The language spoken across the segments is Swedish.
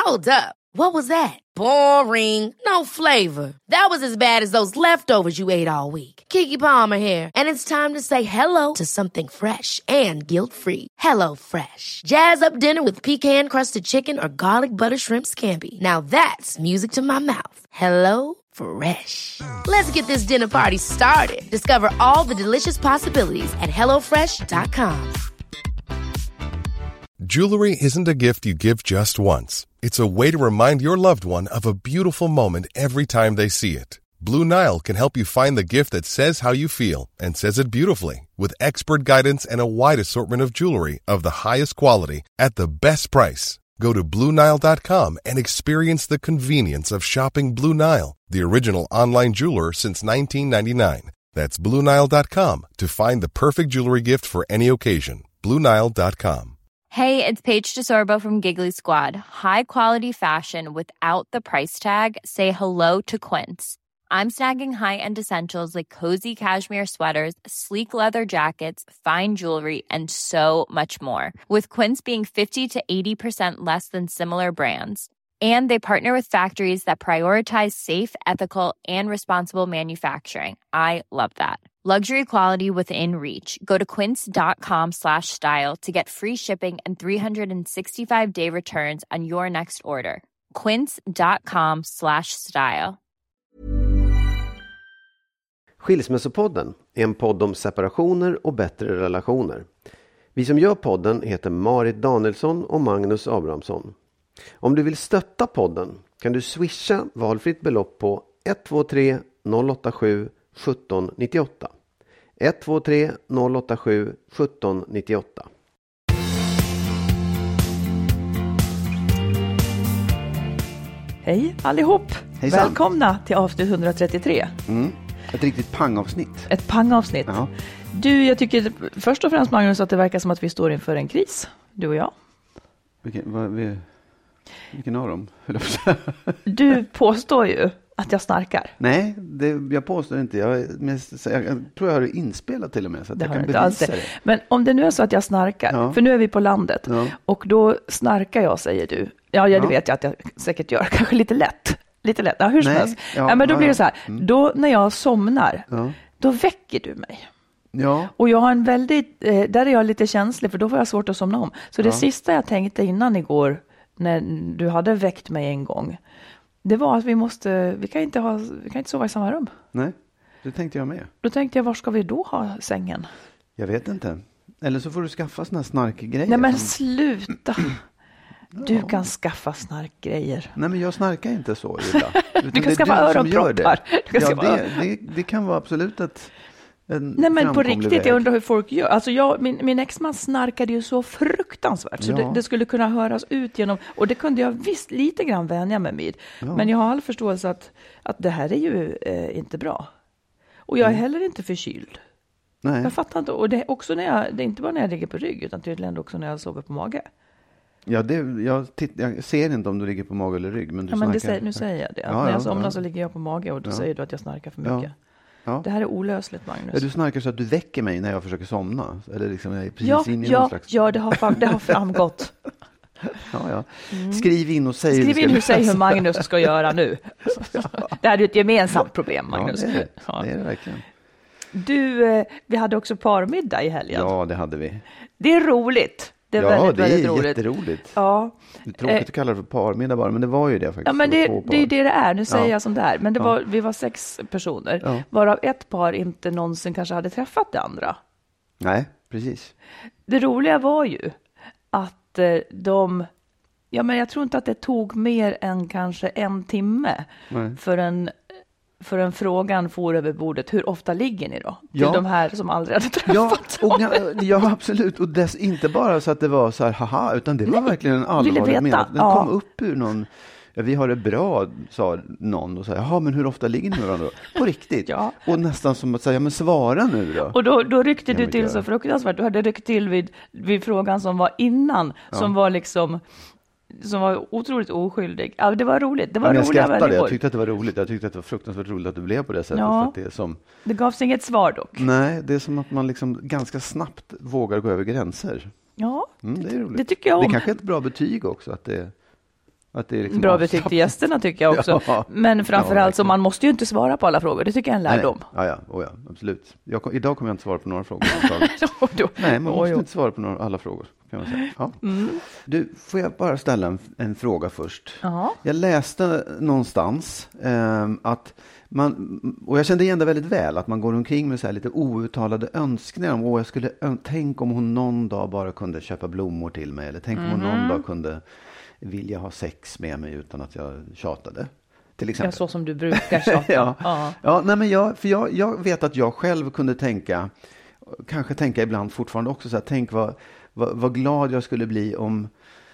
Hold up. What was that? Boring. No flavor. That was as bad as those leftovers you ate all week. Keke Palmer here, and it's time to say hello to something fresh and guilt-free. Hello Fresh. Jazz up dinner with pecan-crusted chicken or garlic butter shrimp scampi. Now that's music to my mouth. Hello Fresh. Let's get this dinner party started. Discover all the delicious possibilities at hellofresh.com. Jewelry isn't a gift you give just once. It's a way to remind your loved one of a beautiful moment every time they see it. Blue Nile can help you find the gift that says how you feel and says it beautifully, with expert guidance and a wide assortment of jewelry of the highest quality at the best price. Go to BlueNile.com and experience the convenience of shopping Blue Nile, the original online jeweler since 1999. That's BlueNile.com to find the perfect jewelry gift for any occasion. BlueNile.com. Hey, it's Paige DeSorbo from Giggly Squad. High quality fashion without the price tag. Say hello to Quince. I'm snagging high-end essentials like cozy cashmere sweaters, sleek leather jackets, fine jewelry, and so much more. With Quince being 50 to 80% less than similar brands. And they partner with factories that prioritize safe, ethical, and responsible manufacturing. I love that. Luxury quality within reach. Go to quince.com/style to get free shipping and 365-day returns on your next order. Quince.com/style. Skilsmässopodden är en podd om separationer och bättre relationer. Vi som gör podden heter Marit Danielsson och Magnus Abrahamsson. Om du vill stötta podden kan du swisha valfritt belopp på 123 087 1798. 123 087 1798. Hej allihop! Hejsan. Välkomna till avsnitt 133. Ett riktigt pangavsnitt. Ett pangavsnitt. Ja. Du, jag tycker först och främst, Magnus, att det verkar som att vi står inför en kris. Du och jag. Vilken av dem? Du påstår ju att jag snarkar. Nej, jag påstår inte. Jag tror jag har det inspelat till och med. Så att det jag har kan inte alls bevisa det. Men om det nu är så att jag snarkar, för nu är vi på landet. Ja. Och då snarkar jag, säger du. Ja, det vet jag att jag säkert gör. Kanske lite lätt. Ja, hur som helst. Ja, men då blir det så här. Då när jag somnar, då väcker du mig. Ja. Och jag har en väldigt, där är jag lite känslig, för då får jag svårt att somna om. Så det sista jag tänkte innan igår, när du hade väckt mig en gång, det var att vi kan inte sova i samma rum. Nej, det tänkte jag med. Då tänkte jag, var ska vi då ha sängen? Jag vet inte. Eller så får du skaffa såna här snarkgrejer. Nej, men sluta. Du kan skaffa snarkgrejer. Nej, men jag snarkar inte så illa. Du kan skaffa öronproppar. Det kan vara absolut ett... Nej, men på riktigt, väg. jag undrar hur folk gör. Alltså min exman snarkade ju så fruktansvärt. Så det skulle kunna höras ut genom... Och det kunde jag visst lite grann vänja mig vid. Ja. Men jag har all förståelse att det här är ju inte bra. Och jag är heller inte förkyld. Nej. Jag fattar inte. Och det är också det är inte bara när jag ligger på rygg, utan tydligen också när jag sover på mage. Ja, jag ser inte om du ligger på mage eller rygg. Men nu säger jag det. När jag somnar så ligger jag på mage, och då säger du att jag snarkar för mycket. Ja. Ja. Det här är olösligt, Magnus. Du snarkar så att du väcker mig när jag försöker somna? Eller liksom jag är precis in i någon slags... Ja, det har framgått. Ja. Skriv in och säg hur Magnus ska göra nu. Det här är ett gemensamt problem, Magnus. Ja, det är det verkligen. Du, vi hade också parmiddag i helgen. Ja, det hade vi. Det är roligt. Det är väldigt roligt. Jätteroligt. Ja. Det är tråkigt att kalla det för parmiddag bara, men det var ju det faktiskt. Ja, men det är det är. Nu säger jag som det är. Men vi var 6 personer, varav ett par inte någonsin kanske hade träffat det andra. Nej, precis. Det roliga var ju att jag tror inte att det tog mer än kanske 1 timme för en frågan for över bordet. Hur ofta ligger ni då? Till de här som aldrig hade träffat. Ja, absolut. Och inte bara så att det var så här, haha, utan det var verkligen en allvarlig mening. Den kom upp ur någon... Ja, vi har det bra, sa någon, och sa, jaha, men hur ofta ligger ni med varandra då? På riktigt. Ja. Och nästan som att säga, men svara nu då. Och då ryckte du till så fruktansvärt. Du hade ryckt till vid frågan som var innan, som var liksom... som var otroligt oskyldig. Ja, det var roligt. Det var jag skrattade. Jag tyckte att det var roligt. Jag tyckte att det var fruktansvärt roligt att du blev på det sättet. Ja, för att det gavs inget svar dock. Nej, det är som att man liksom ganska snabbt vågar gå över gränser. Ja, det är roligt. Det tycker jag om. Det är kanske ett bra betyg också. Att det Att det är liksom bra betyg till gästerna tycker jag också. Ja. Men framförallt så man måste ju inte svara på alla frågor. Det tycker jag är en lärdom. Ja, absolut. Idag kommer jag inte svara på några frågor. Nej, man måste inte svara på alla frågor. Kan man säga. Ja. Du, får jag bara ställa en fråga först? Jag läste någonstans att och jag kände igen det väldigt väl, att man går omkring med så här lite outtalade önskningar om, jag skulle tänk om hon någon dag bara kunde köpa blommor till mig, eller tänk om hon någon dag kunde vilja ha sex med mig utan att jag tjatade. Till exempel. Ja, så som du brukar tjata. Nej, men jag vet att jag själv kunde kanske tänka ibland fortfarande också så här, tänk vad glad jag skulle bli om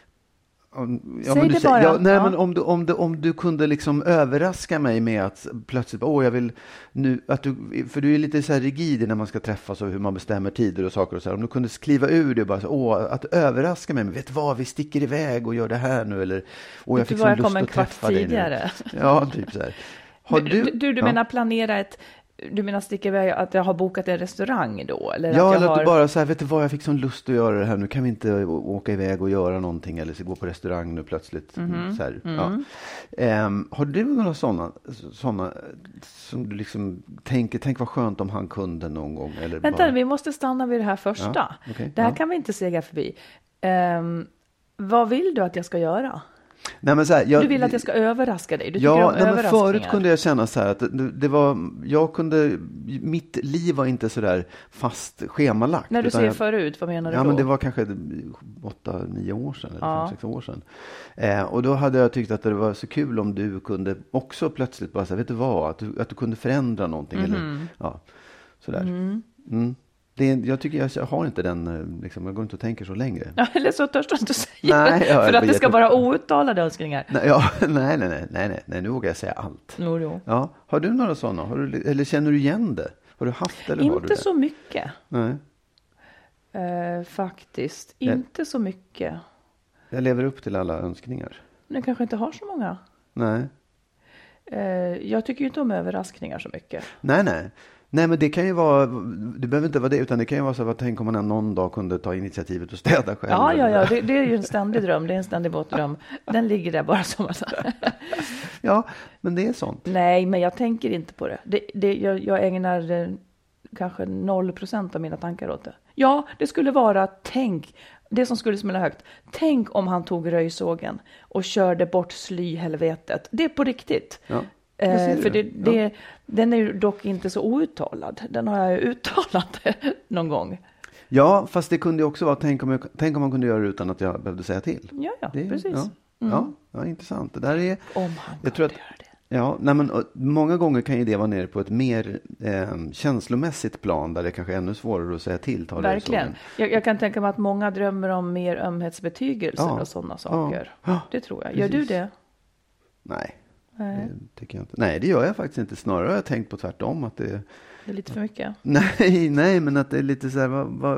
men om du kunde liksom överraska mig med att plötsligt jag vill nu att för du är lite så här rigid när man ska träffas och hur man bestämmer tider och saker och så här. Om du kunde kliva ur det och bara så, att överraska mig, men vet du vad, vi sticker iväg och gör det här nu, eller jag fick så lust att träffa dig nu. Ja, typ så här. Du menar planera du menar sticka iväg, att jag har bokat en restaurang då? Eller att du bara så här, vet du vad, jag fick sån lust att göra det här, nu kan vi inte åka iväg och göra någonting, eller så gå på restaurang nu plötsligt. Så här, har du några sådana som du liksom tänk vad skönt om han kunde någon gång? Eller vänta, vi måste stanna vid det här första. Okay, det här kan vi inte sega förbi. Vad vill du att jag ska göra? Nej, men så här, du vill att jag ska överraska dig. Du tycker om men förut kunde jag känna så här att mitt liv var inte så där fast schemalagt. När du säger förut, vad menar du då? Ja, men det var kanske 8-9 år sedan eller 5-6 år sedan. Och då hade jag tyckt att det var så kul om du kunde också plötsligt bara säga, vet du vad, att du kunde förändra någonting eller sådär. Jag tycker jag har inte den, liksom, jag går inte och tänker så längre. Ja, eller så törs du inte säga. Nej, för att det ska vara outtalade önskningar. Nej, nu vågar jag säga allt. Jo. Ja, har du några sådana? Eller känner du igen det? Har du haft eller inte har du det? Inte så mycket. Nej. Faktiskt, inte så mycket. Jag lever upp till alla önskningar. Jag kanske inte har så många. Nej. Jag tycker ju inte om överraskningar så mycket. Nej, men det kan ju vara, det behöver inte vara det, utan det kan ju vara så att tänk om man någon dag kunde ta initiativet och städa själv. Ja, det är ju en ständig dröm, det är en ständig båtdröm. Den ligger där bara som att... Ja, men det är sånt. Nej, men jag tänker inte på det. Jag ägnar kanske 0% av mina tankar åt det. Ja, det skulle vara, det som skulle smälla högt. Tänk om han tog röjsågen och körde bort slyhelvetet. Det är på riktigt. Ja. För den är ju dock inte så outtalad. Den har jag ju uttalat någon gång. Ja, fast det kunde ju också vara tänk om man kunde göra det utan att jag behövde säga till. Ja, precis. Ja, intressant. Det där är, om han kunde göra det. Ja, men många gånger kan ju det vara nere på ett mer känslomässigt plan där det kanske är ännu svårare att säga till. Verkligen. Jag kan tänka mig att många drömmer om mer ömhetsbetygelser och sådana saker. Ja, det tror jag. Gör du det? Nej. Det tycker jag inte. Nej, det gör jag faktiskt inte. Snarare har jag tänkt på tvärtom att det är lite för mycket. Nej, men att det är lite så här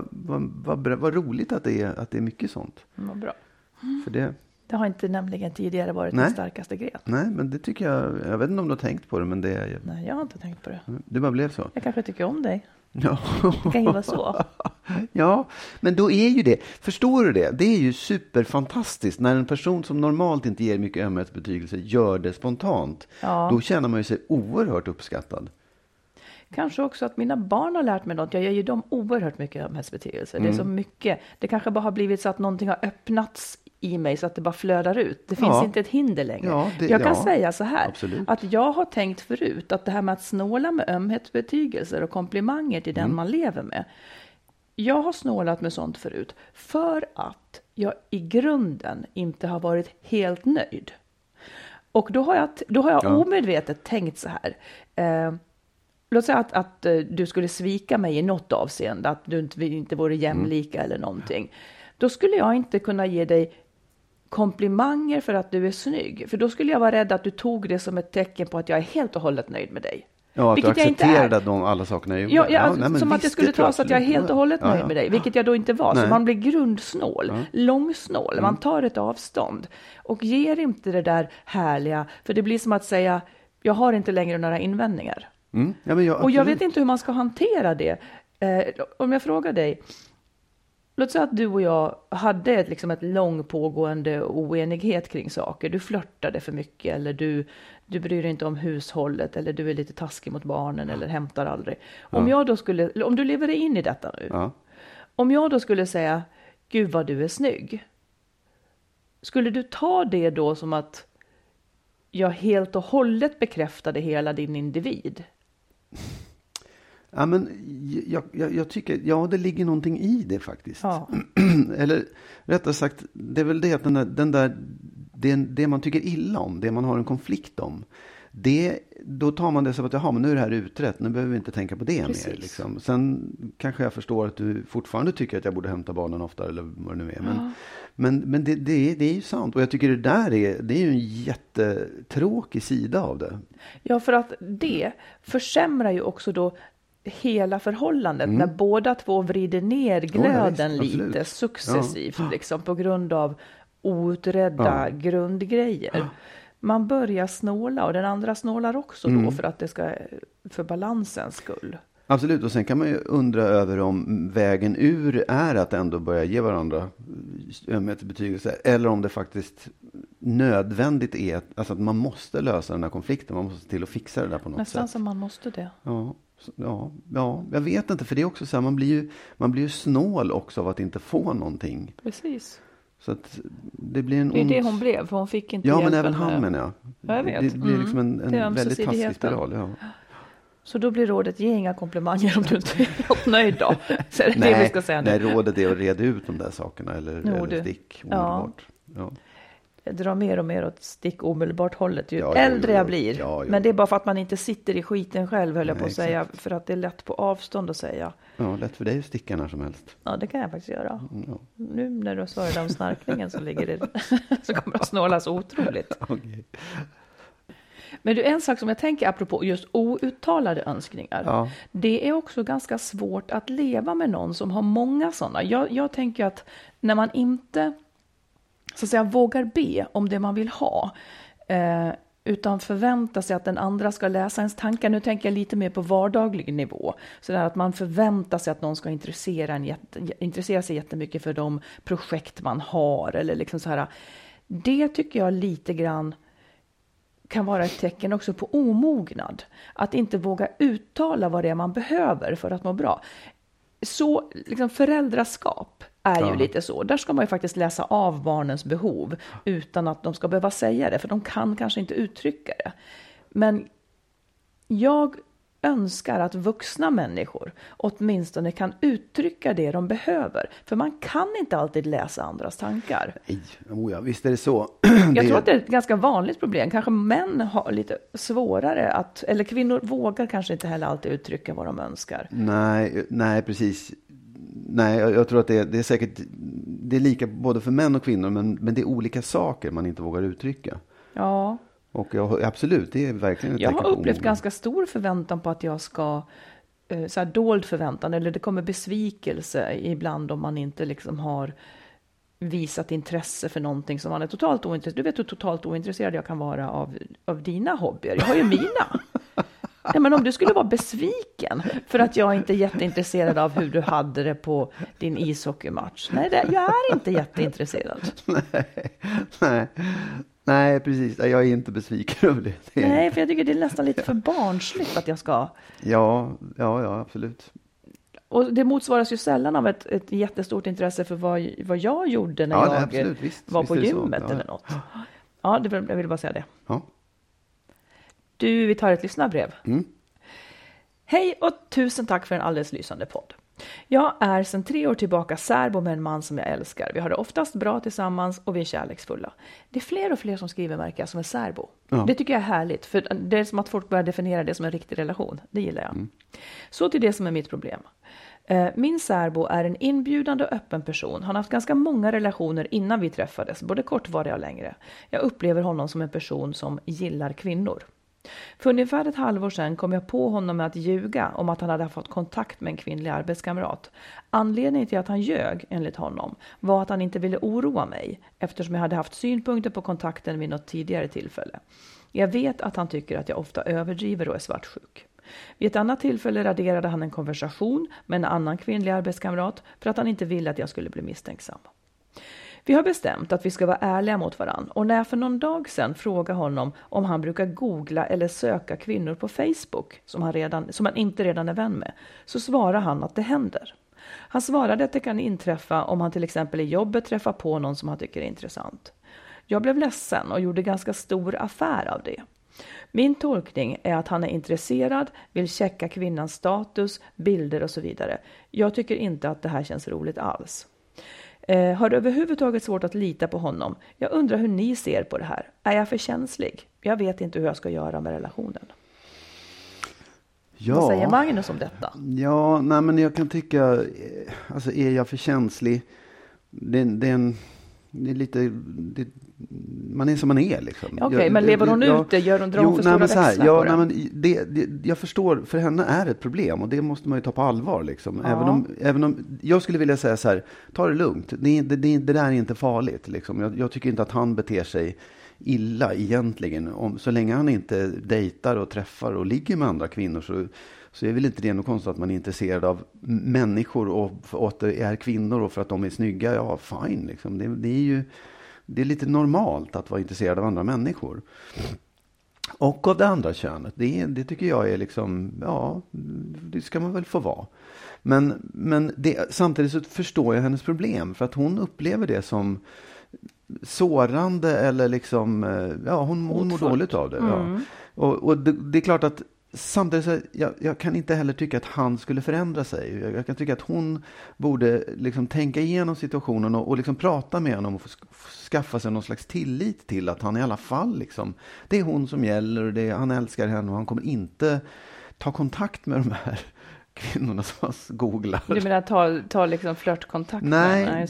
vad roligt att det är mycket sånt. Vad bra. För det har inte nämligen tidigare varit den starkaste gren. Nej, men det tycker jag vet inte om du har tänkt på det, men det är... Nej, jag har inte tänkt på det. Det bara blev så. Jag kanske tycker om dig. Ja. Det kan ju vara så. Ja, men då är ju det, förstår du det? Det är ju superfantastiskt när en person som normalt inte ger mycket ömhetsbetygelse gör det spontant. Ja. Då känner man ju sig oerhört uppskattad. Kanske också att mina barn har lärt mig något. Jag ger ju dem oerhört mycket ömhetsbetygelse. Det är så mycket. Det kanske bara har blivit så att någonting har öppnats i mig så att det bara flödar ut. Det finns inte ett hinder längre. Ja, jag kan säga så här, att jag har tänkt förut att det här med att snåla med ömhetsbetygelser och komplimanger till den man lever med. Jag har snålat med sånt förut för att jag i grunden inte har varit helt nöjd. Och då har jag omedvetet tänkt så här. Låt säga att du skulle svika mig i något avseende, att du inte vore jämlika eller någonting. Då skulle jag inte kunna ge dig komplimanger för att du är snygg. För då skulle jag vara rädd att du tog det som ett tecken på att jag är helt och hållet nöjd med dig. Ja, att vilket du accepterade att alla sakerna är gjorda. Som att jag skulle ta så att jag är helt och hållet nöjd med dig. Vilket jag då inte var. Nej. Så man blir grundsnål, långsnål. Man tar ett avstånd. Och ger inte det där härliga. För det blir som att säga, jag har inte längre några invändningar. Och jag vet inte hur man ska hantera det. Om jag frågar dig. Låt säga att du och jag hade ett lång pågående oenighet kring saker. Du flörtade för mycket, eller du bryr dig inte om hushållet, eller du är lite taskig mot barnen, eller hämtar aldrig. Om du lever dig in i detta nu. Ja. Om jag då skulle säga, gud vad du är snygg. Skulle du ta det då som att jag helt och hållet bekräftade hela din individ? Ja, men jag tycker, det ligger någonting i det faktiskt. Ja. Eller rättare sagt, det är väl det att det man tycker illa om, det man har en konflikt om, då tar man det som att men nu är det här utrett, nu behöver vi inte tänka på det mer. Liksom. Sen kanske jag förstår att du fortfarande tycker att jag borde hämta barnen oftare, eller vad det nu är. Men det är ju sant. Och jag tycker det är ju en jättetråkig sida av det. Ja, för att det försämrar ju också då hela förhållandet när båda två vrider ner glöden lite successivt liksom, på grund av outredda grundgrejer. Man börjar snåla, och den andra snålar också då för att det ska, för balansens skull. Absolut, och sen kan man ju undra över om vägen ur är att ändå börja ge varandra ömhetsbetygelse, eller om det faktiskt nödvändigt är att man måste lösa den här konflikten, man måste till att fixa det där på något sätt. Nästan som man måste det. Ja, jag vet inte, för det är också så här, man blir ju snål också av att inte få någonting. Precis. Så att det blir det är det hon blev, för hon fick inte hjälp. Ja, men även han, menar jag. Jag vet. Det blir liksom en väldigt taskig spiral. Ja. Så då blir rådet, ge inga komplimanger om du inte är helt nöjd då. Så är det vi ska säga nu. Nej, rådet är att reda ut de där sakerna, eller stick omedelbart. Ja. Jag drar mer och mer åt stick omedelbart hållet ju äldre jag blir. Ja. Men det är bara för att man inte sitter i skiten själv, höll jag på att säga. För att det är lätt på avstånd att säga. Ja, lätt för dig att sticka när som helst. Ja, det kan jag faktiskt göra. Ja. Nu när du svarade om snarkningen så ligger det så kommer det att snålas otroligt. Okay. Men det är en sak som jag tänker apropå just outtalade önskningar. Ja. Det är också ganska svårt att leva med någon som har många sådana. Jag tänker att när man inte så att säga vågar be om det man vill ha, utan förväntar sig att den andra ska läsa ens tankar. Nu tänker jag lite mer på vardaglig nivå. Så där att man förväntar sig att någon ska intressera sig jättemycket för de projekt man har. Eller liksom så här. Det tycker jag lite grann kan vara ett tecken också på omognad. Att inte våga uttala vad det är man behöver för att må bra. Så liksom föräldraskap är ju lite så. Där ska man ju faktiskt läsa av barnens behov utan att de ska behöva säga det. För de kan kanske inte uttrycka det. Men jag önskar att vuxna människor åtminstone kan uttrycka det de behöver. För man kan inte alltid läsa andras tankar. Nej, visst är det så. Jag tror att det är ett ganska vanligt problem. Kanske män har lite svårare att, eller kvinnor vågar kanske inte heller alltid uttrycka vad de önskar. Nej, precis. Nej, jag tror att det är säkert, det är lika både för män och kvinnor, men det är olika saker man inte vågar uttrycka. Ja. Och absolut, det är verkligen ett jag har upplevt ganska stor förväntan på att jag ska, så här dold förväntan, eller det kommer besvikelse ibland om man inte liksom har visat intresse för någonting som man är totalt ointresserad. Du vet hur totalt ointresserad jag kan vara av dina hobbyer. Jag har ju mina. Nej, men om du skulle vara besviken för att jag inte är jätteintresserad av hur du hade det på din ishockeymatch. Nej, jag är inte jätteintresserad. Nej, precis. Jag är inte besviken över det. Nej, för jag tycker det är nästan lite för barnsligt att jag ska. Ja, absolut. Och det motsvaras ju sällan av ett jättestort intresse för vad jag gjorde när jag var på gymmet eller något. Ja, jag vill bara säga det. Ja. Du, vi tar ett lyssnarbrev. Hej och tusen tack för en alldeles lysande podd. Jag är sedan 3 år tillbaka särbo med en man som jag älskar. Vi har det oftast bra tillsammans och vi är kärleksfulla. Det är fler och fler som skriver, märker jag, som är särbo. Ja. Det tycker jag är härligt, för det är som att folk börjar definiera det som en riktig relation. Det gillar jag. Så till det som är mitt problem. Min särbo är en inbjudande och öppen person. Han har haft ganska många relationer innan vi träffades, både kortvariga och längre. Jag upplever honom som en person som gillar kvinnor. För ungefär ett halvår sedan kom jag på honom med att ljuga om att han hade fått kontakt med en kvinnlig arbetskamrat. Anledningen till att han ljög, enligt honom, var att han inte ville oroa mig, eftersom jag hade haft synpunkter på kontakten vid något tidigare tillfälle. Jag vet att han tycker att jag ofta överdriver och är svartsjuk. Vid ett annat tillfälle raderade han en konversation med en annan kvinnlig arbetskamrat för att han inte ville att jag skulle bli misstänksam. Vi har bestämt att vi ska vara ärliga mot varann, och när jag för någon dag sedan frågade honom om han brukar googla eller söka kvinnor på Facebook som han inte redan är vän med, så svarar han att det händer. Han svarade att det kan inträffa om han till exempel i jobbet träffar på någon som han tycker är intressant. Jag blev ledsen och gjorde ganska stor affär av det. Min tolkning är att han är intresserad, vill checka kvinnans status, bilder och så vidare. Jag tycker inte att det här känns roligt alls. Har du överhuvudtaget svårt att lita på honom? Jag undrar hur ni ser på det här. Är jag för känslig? Jag vet inte hur jag ska göra med relationen. Ja. Vad säger Magnus om detta? Ja, nej, men jag kan tycka, alltså är jag för känslig? Det är lite, man är som man är liksom. Okej, men lever hon ute? Drar hon för stora växlar på det? Jag förstår, för henne är det ett problem och det måste man ju ta på allvar liksom. Ja. Även om jag skulle vilja säga så här, ta det lugnt. Det där är inte farligt liksom. Jag tycker inte att han beter sig illa egentligen. Så länge han inte dejtar och träffar och ligger med andra kvinnor så är väl inte det något konstigt att man är intresserad av människor och att det är kvinnor och för att de är snygga. Ja, fine liksom. Det är lite normalt att vara intresserad av andra människor. Och av det andra könet. Det tycker jag är liksom, ja, det ska man väl få vara. Men samtidigt så förstår jag hennes problem. För att hon upplever det som sårande eller liksom, ja, hon mår dåligt av det. Ja. Och det är klart att samtidigt så jag kan inte heller tycka att han skulle förändra sig. Jag kan tycka att hon borde liksom tänka igenom situationen och liksom prata med honom och skaffa sig någon slags tillit till att han i alla fall liksom, det är hon som gäller och han älskar henne och han kommer inte ta kontakt med de här kvinnorna som googlar. Du menar ta liksom flörtkontakt? Nej,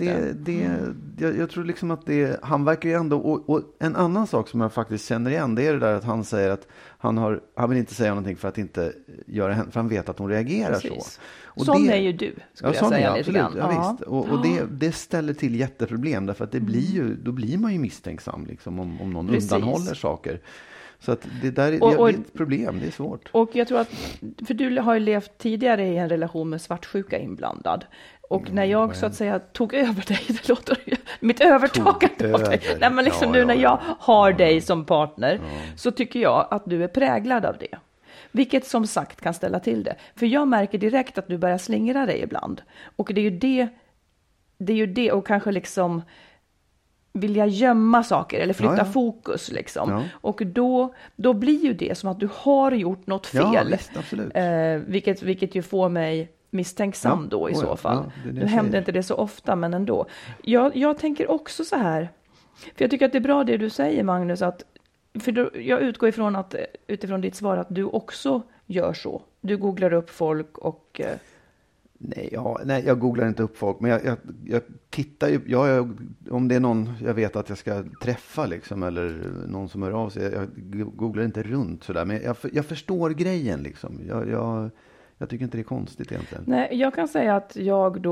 jag tror liksom att han verkar ju ändå, och en annan sak som jag faktiskt känner igen, det är det där att han säger att han vill inte säga någonting för att inte göra henne, för han vet att hon reagerar. Precis. Så. Och sån är ju du, skulle jag säga lite grann. Ja, visst. Och det ställer till jätteproblem, därför att då blir man ju misstänksam liksom, om någon undanhåller saker. Så att det där är ett problem, det är svårt. Och jag tror att, för du har ju levt tidigare i en relation med svartsjuka inblandad. Och när jag så att säga tog över dig, det låter ju, mitt övertagande av dig. Nej, men liksom när jag har dig som partner så tycker jag att du är präglad av det. Vilket som sagt kan ställa till det. För jag märker direkt att du börjar slingra dig ibland. Och det är ju det och kanske liksom vilja gömma saker eller flytta fokus liksom. Ja. Och då blir ju det som att du har gjort något fel. Ja, visst, absolut. Vilket ju får mig misstänksam då i så fall. Ja, nu händer inte det så ofta, men ändå. Jag tänker också så här, för jag tycker att det är bra det du säger, Magnus, att jag utgår ifrån att utifrån ditt svar att du också gör så. Du googlar upp folk och Nej, jag googlar inte upp folk, men jag tittar ju, om det är någon jag vet att jag ska träffa liksom, eller någon som hör av sig, jag googlar inte runt sådär, men jag förstår grejen liksom. Jag tycker inte det är konstigt egentligen. Nej, jag kan säga att jag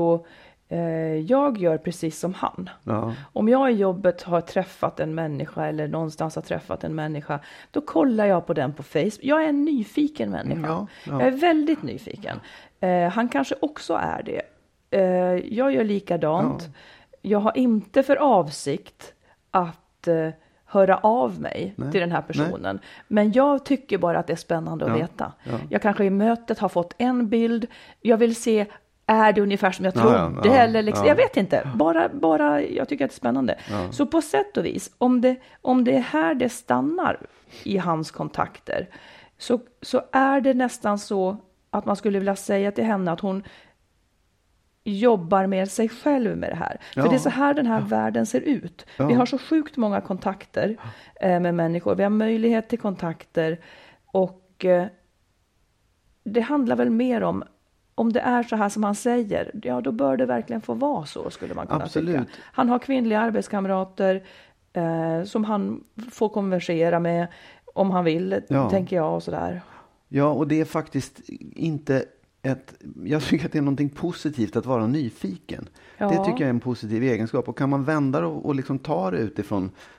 gör precis som han. Ja. Om jag i jobbet har träffat en människa eller någonstans har träffat en människa, då kollar jag på den på Facebook. Jag är en nyfiken människa. Ja. Jag är väldigt nyfiken. Han kanske också är det. Jag gör likadant. Ja. Jag har inte för avsikt att höra av mig till den här personen. Nej. Men jag tycker bara att det är spännande att veta. Ja. Jag kanske i mötet har fått en bild. Jag vill se, är det ungefär som jag trodde? Eller liksom, jag vet inte. Bara jag tycker att det är spännande. Ja. Så på sätt och vis, om det är här det stannar i hans kontakter, så är det nästan så att man skulle vilja säga till henne att hon jobbar med sig själv med det här. Ja. För det är så här den här världen ser ut. Ja. Vi har så sjukt många kontakter med människor. Vi har möjlighet till kontakter. Och det handlar väl mer om det är så här som han säger, ja då bör det verkligen få vara så, skulle man kunna tycka. Han har kvinnliga arbetskamrater som han får konversera med om han vill, tänker jag och sådär. Ja, och det är faktiskt inte jag tycker att det är någonting positivt att vara nyfiken. Ja. Det tycker jag är en positiv egenskap. Och kan man vända och liksom ta det utifrån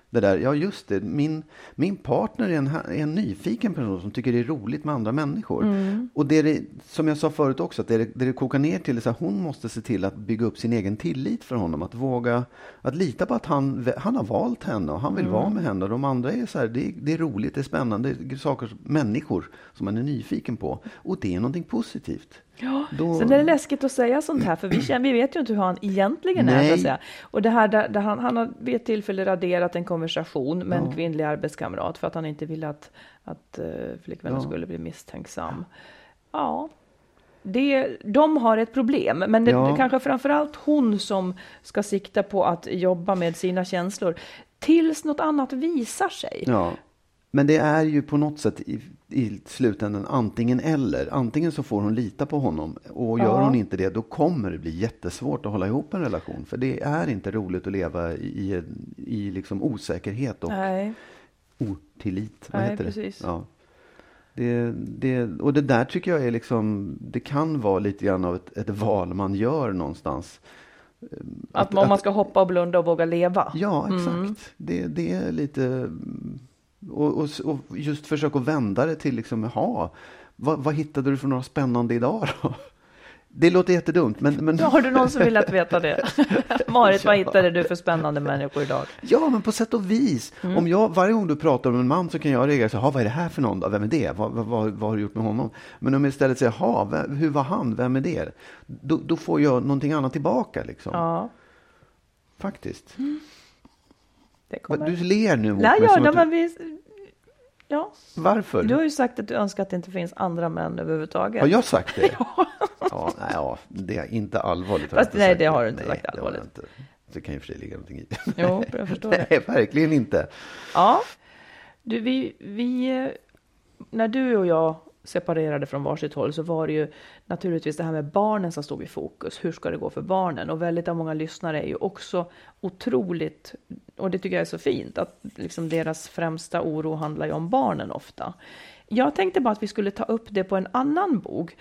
Det där, ja just det, min partner är en nyfiken person som tycker det är roligt med andra människor. Och det som jag sa förut också, att det kokar ner till är så här, hon måste se till att bygga upp sin egen tillit för honom, att våga, att lita på att han har valt henne och han vill vara med henne, och de andra är så här, det är roligt, det är spännande, det är saker, människor som man är nyfiken på, och det är någonting positivt. Ja, sen är det läskigt att säga sånt här, för vi vet ju inte hur han egentligen är, så att säga. Och det här där han har vid ett tillfälle raderat en konversation med en kvinnlig arbetskamrat för att han inte ville att flickvännen skulle bli misstänksam. Ja, de har ett problem, men det är kanske framförallt hon som ska sikta på att jobba med sina känslor tills något annat visar sig. Ja. Men det är ju på något sätt i slutändan antingen eller. Antingen så får hon lita på honom, och gör hon inte det, då kommer det bli jättesvårt att hålla ihop en relation. För det är inte roligt att leva i liksom osäkerhet och otillit. Vad heter precis. det? Ja. Och det där tycker jag är liksom, det kan vara lite grann av ett val man gör någonstans. Att man ska hoppa och blunda och våga leva. Ja, exakt. Det är lite... Och just försöka vända det till liksom, vad hittade du för några spännande idag då? Det låter jättedumt, men... Ja, har du någon som vill att veta det? Marit, vad hittade du för spännande människor idag? Ja, men på sätt och vis. Om varje gång du pratar om en man så kan jag reagera så här, vad är det här för någon då? Vem är det? Vad har du gjort med honom? Men om jag istället säger, hur var han? Vem är det? Då får jag någonting annat tillbaka liksom. Ja. Faktiskt. Du ler nu mot mig. Ja. Varför? Du har ju sagt att du önskar att det inte finns andra män överhuvudtaget. Har jag sagt det? Ja, det är inte allvarligt. Fast nej, det har du inte sagt allvarligt. Inte. Det kan ju för sig ligga någonting i. Jo, jag förstår det. Nej, verkligen inte. Ja, när du och jag separerade från varsitt håll så var det ju naturligtvis det här med barnen som stod i fokus. Hur ska det gå för barnen? Och väldigt många lyssnare är ju också otroligt, och det tycker jag är så fint, att liksom deras främsta oro handlar ju om barnen ofta. Jag tänkte bara att vi skulle ta upp det på en annan bok.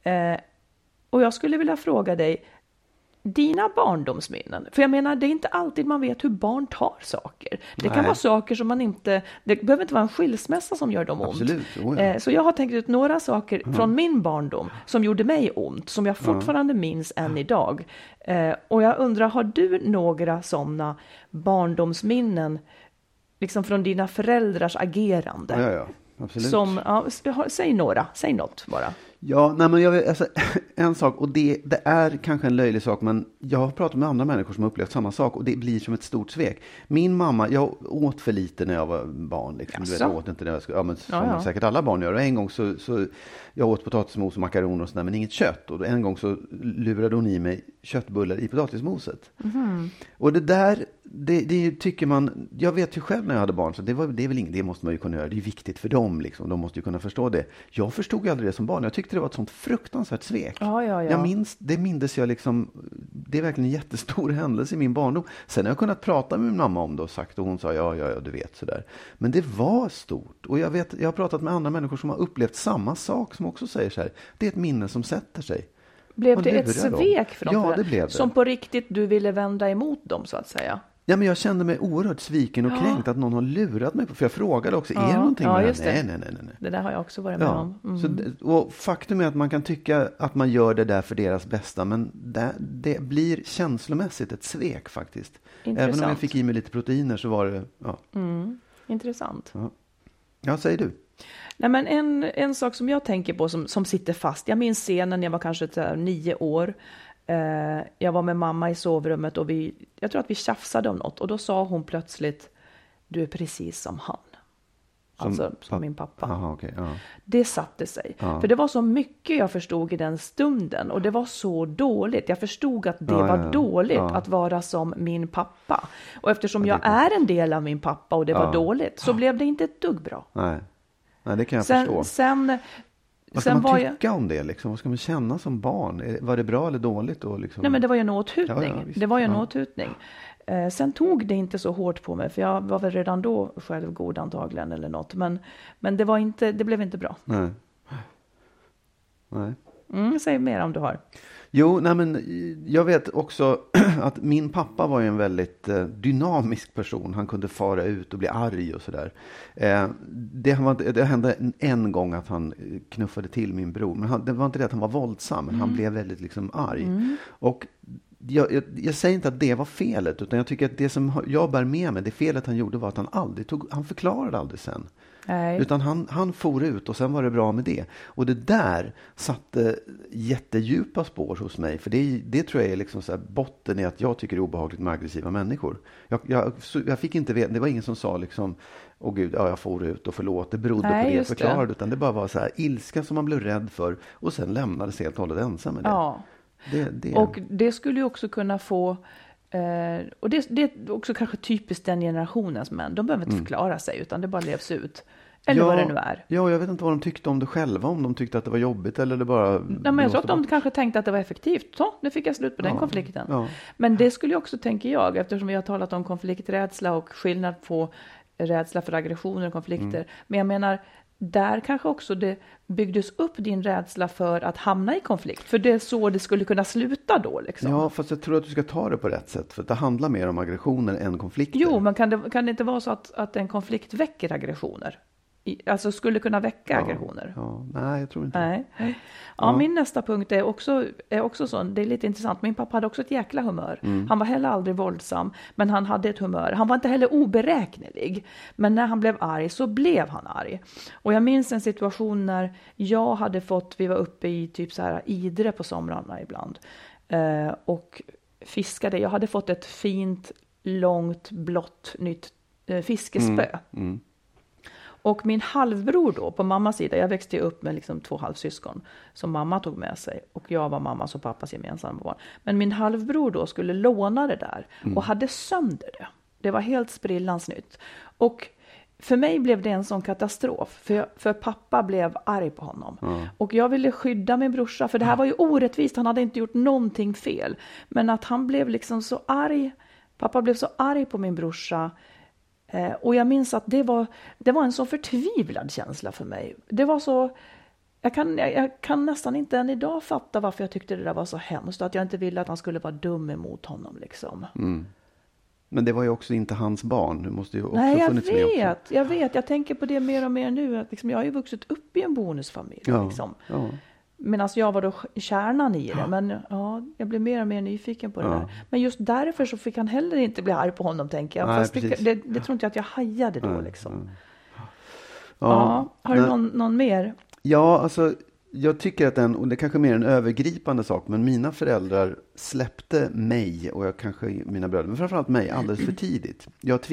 Och jag skulle vilja fråga dig, dina barndomsminnen. För jag menar, det är inte alltid man vet hur barn tar saker. Det kan vara saker som man inte... Det behöver inte vara en skilsmässa som gör dem ont. Absolut. Så jag har tänkt ut några saker från min barndom som gjorde mig ont, som jag fortfarande minns än idag. Och jag undrar, har du några sådana barndomsminnen liksom från dina föräldrars agerande? Ja, absolut. Säg något bara. Ja, nej, men en sak, och det är kanske en löjlig sak, men jag har pratat med andra människor som har upplevt samma sak, och det blir som ett stort svek. Min mamma, jag åt för lite när jag var barn. Liksom. Jag åt inte när jag skulle, som säkert alla barn gör. Och en gång så jag åt potatismos och makaroner och sådär, men inget kött. Och en gång så lurade hon i mig köttbullar i potatismoset. Och det där, det tycker man, jag vet ju själv när jag hade barn, så det är väl inget, det måste man ju kunna göra. Det är viktigt för dem, liksom. De måste ju kunna förstå det. Jag förstod ju aldrig det som barn. Jag tyckte det var ett sånt fruktansvärt svek. Ja. Det mindes jag liksom, det är verkligen en jättestor händelse i min barndom. Sen har jag kunnat prata med min mamma om det och sagt, och hon sa ja, du vet sådär. Men det var stort. Och jag har pratat med andra människor som har upplevt samma sak, som också säger så här, det är ett minne som sätter sig. Blev det ett svek för dem? Ja, det blev det. Som på riktigt du ville vända emot dem, så att säga? Ja, men jag kände mig oerhört sviken och kränkt att någon har lurat mig. För jag frågade också, är det någonting med det? Nej. Det där har jag också varit med om. Och faktum är att man kan tycka att man gör det där för deras bästa. Men det blir känslomässigt ett svek faktiskt. Intressant. Även om jag fick i mig lite proteiner så var det... Ja. Intressant. Ja, säger du? Nej, men en sak som jag tänker på som sitter fast. Jag minns scenen när jag var kanske 9 år. Jag var med mamma i sovrummet och jag tror att vi tjafsade om något. Och då sa hon plötsligt, du är precis som han. Som min pappa. Aha, okay, ja. Det satte sig. Ja. För det var så mycket jag förstod i den stunden. Och det var så dåligt. Jag förstod att det var dåligt att vara som min pappa. Och eftersom jag är en del av min pappa och det var dåligt, så blev det inte ett dugg bra. Nej, det kan jag förstå. Vad ska man tycka om det? Liksom? Vad ska man känna som barn? Var det bra eller dåligt? Då, liksom? Nej, men det var ju en åthutning. Det var ju en åthutning. Sen tog det inte så hårt på mig. För jag var väl redan då självgod antagligen eller något. Men det blev inte bra. Nej. Säg mer om du har. Jo, nej men jag vet också att min pappa var ju en väldigt dynamisk person. Han kunde fara ut och bli arg och sådär. Det hände en gång att han knuffade till min bror. Men det var inte det att han var våldsam, men han blev väldigt liksom arg. Och jag säger inte att det var felet, utan jag tycker att det som jag bär med mig, det felet han gjorde var att han förklarade aldrig sen. Nej. Utan han for ut och sen var det bra med det. Och det där satte jättedjupa spår hos mig. För det tror jag är liksom så här botten i att jag tycker det är obehagligt med aggressiva människor. Jag fick inte veta, det var ingen som sa liksom, åh gud, jag for ut och förlåt, det berodde på det jag förklarade. Utan det bara var så här ilska som man blev rädd för och sen lämnades helt och hållet ensam med det. Ja. Och det skulle ju också kunna få... och det är också kanske typiskt den generationens män. De behöver inte förklara sig, utan det bara levs ut. Eller vad det nu är. Ja, jag vet inte vad de tyckte om det själva. Om de tyckte att det var jobbigt eller det bara... Nej, men jag tror att de kanske tänkte att det var effektivt. Så, nu fick jag slut på den konflikten. Ja. Men det skulle också, tänker jag, eftersom vi har talat om konflikträdsla och skillnad på rädsla för aggressioner och konflikter. Men jag menar, där kanske också det byggdes upp din rädsla för att hamna i konflikt. För det är så det skulle kunna sluta då. Liksom. Ja, fast jag tror att du ska ta det på rätt sätt. För det handlar mer om aggressioner än konflikter. Jo, men kan det inte vara så att en konflikt väcker aggressioner? Alltså skulle kunna väcka aggressioner? Ja, nej, jag tror inte. Nej. Ja, min nästa punkt är också sån. Det är lite intressant. Min pappa hade också ett jäkla humör. Han var heller aldrig våldsam, men han hade ett humör. Han var inte heller oberäknelig. Men när han blev arg så blev han arg. Och jag minns en situation när jag hade vi var uppe i typ så här Idre på somrarna ibland. Och fiskade. Jag hade fått ett fint, långt, blått, nytt fiskespö. Och min halvbror då, på mammas sida, jag växte upp med liksom 2 halvsyskon som mamma tog med sig. Och jag var mammas och pappas gemensamma barn. Men min halvbror då skulle låna det där och hade sönder det. Det var helt sprillans nytt. Och för mig blev det en sån katastrof. För pappa blev arg på honom. Och jag ville skydda min brorsa. För det här var ju orättvist. Han hade inte gjort någonting fel. Men att han blev liksom så arg. Pappa blev så arg på min brorsa. Och jag minns att det var en så förtvivlad känsla för mig. Det var så... Jag kan nästan inte än idag fatta varför jag tyckte det där var så hemskt. Att jag inte ville att han skulle vara dum emot honom liksom. Men det var ju också inte hans barn. Du måste ju också funnits med också. Jag vet. Jag tänker på det mer och mer nu. Att liksom, jag har ju vuxit upp i en bonusfamilj. Liksom. Ja. Medan jag var då kärnan i det. Men jag blev mer och mer nyfiken på det där. Men just därför så fick han heller inte bli arg på honom, tänker jag. Nej, fast det tror inte jag att jag hajade då liksom. Har du någon mer? Ja, alltså jag tycker att och det är kanske mer en övergripande sak, men mina föräldrar släppte mig och mina bröder, men framförallt mig alldeles för tidigt. Jag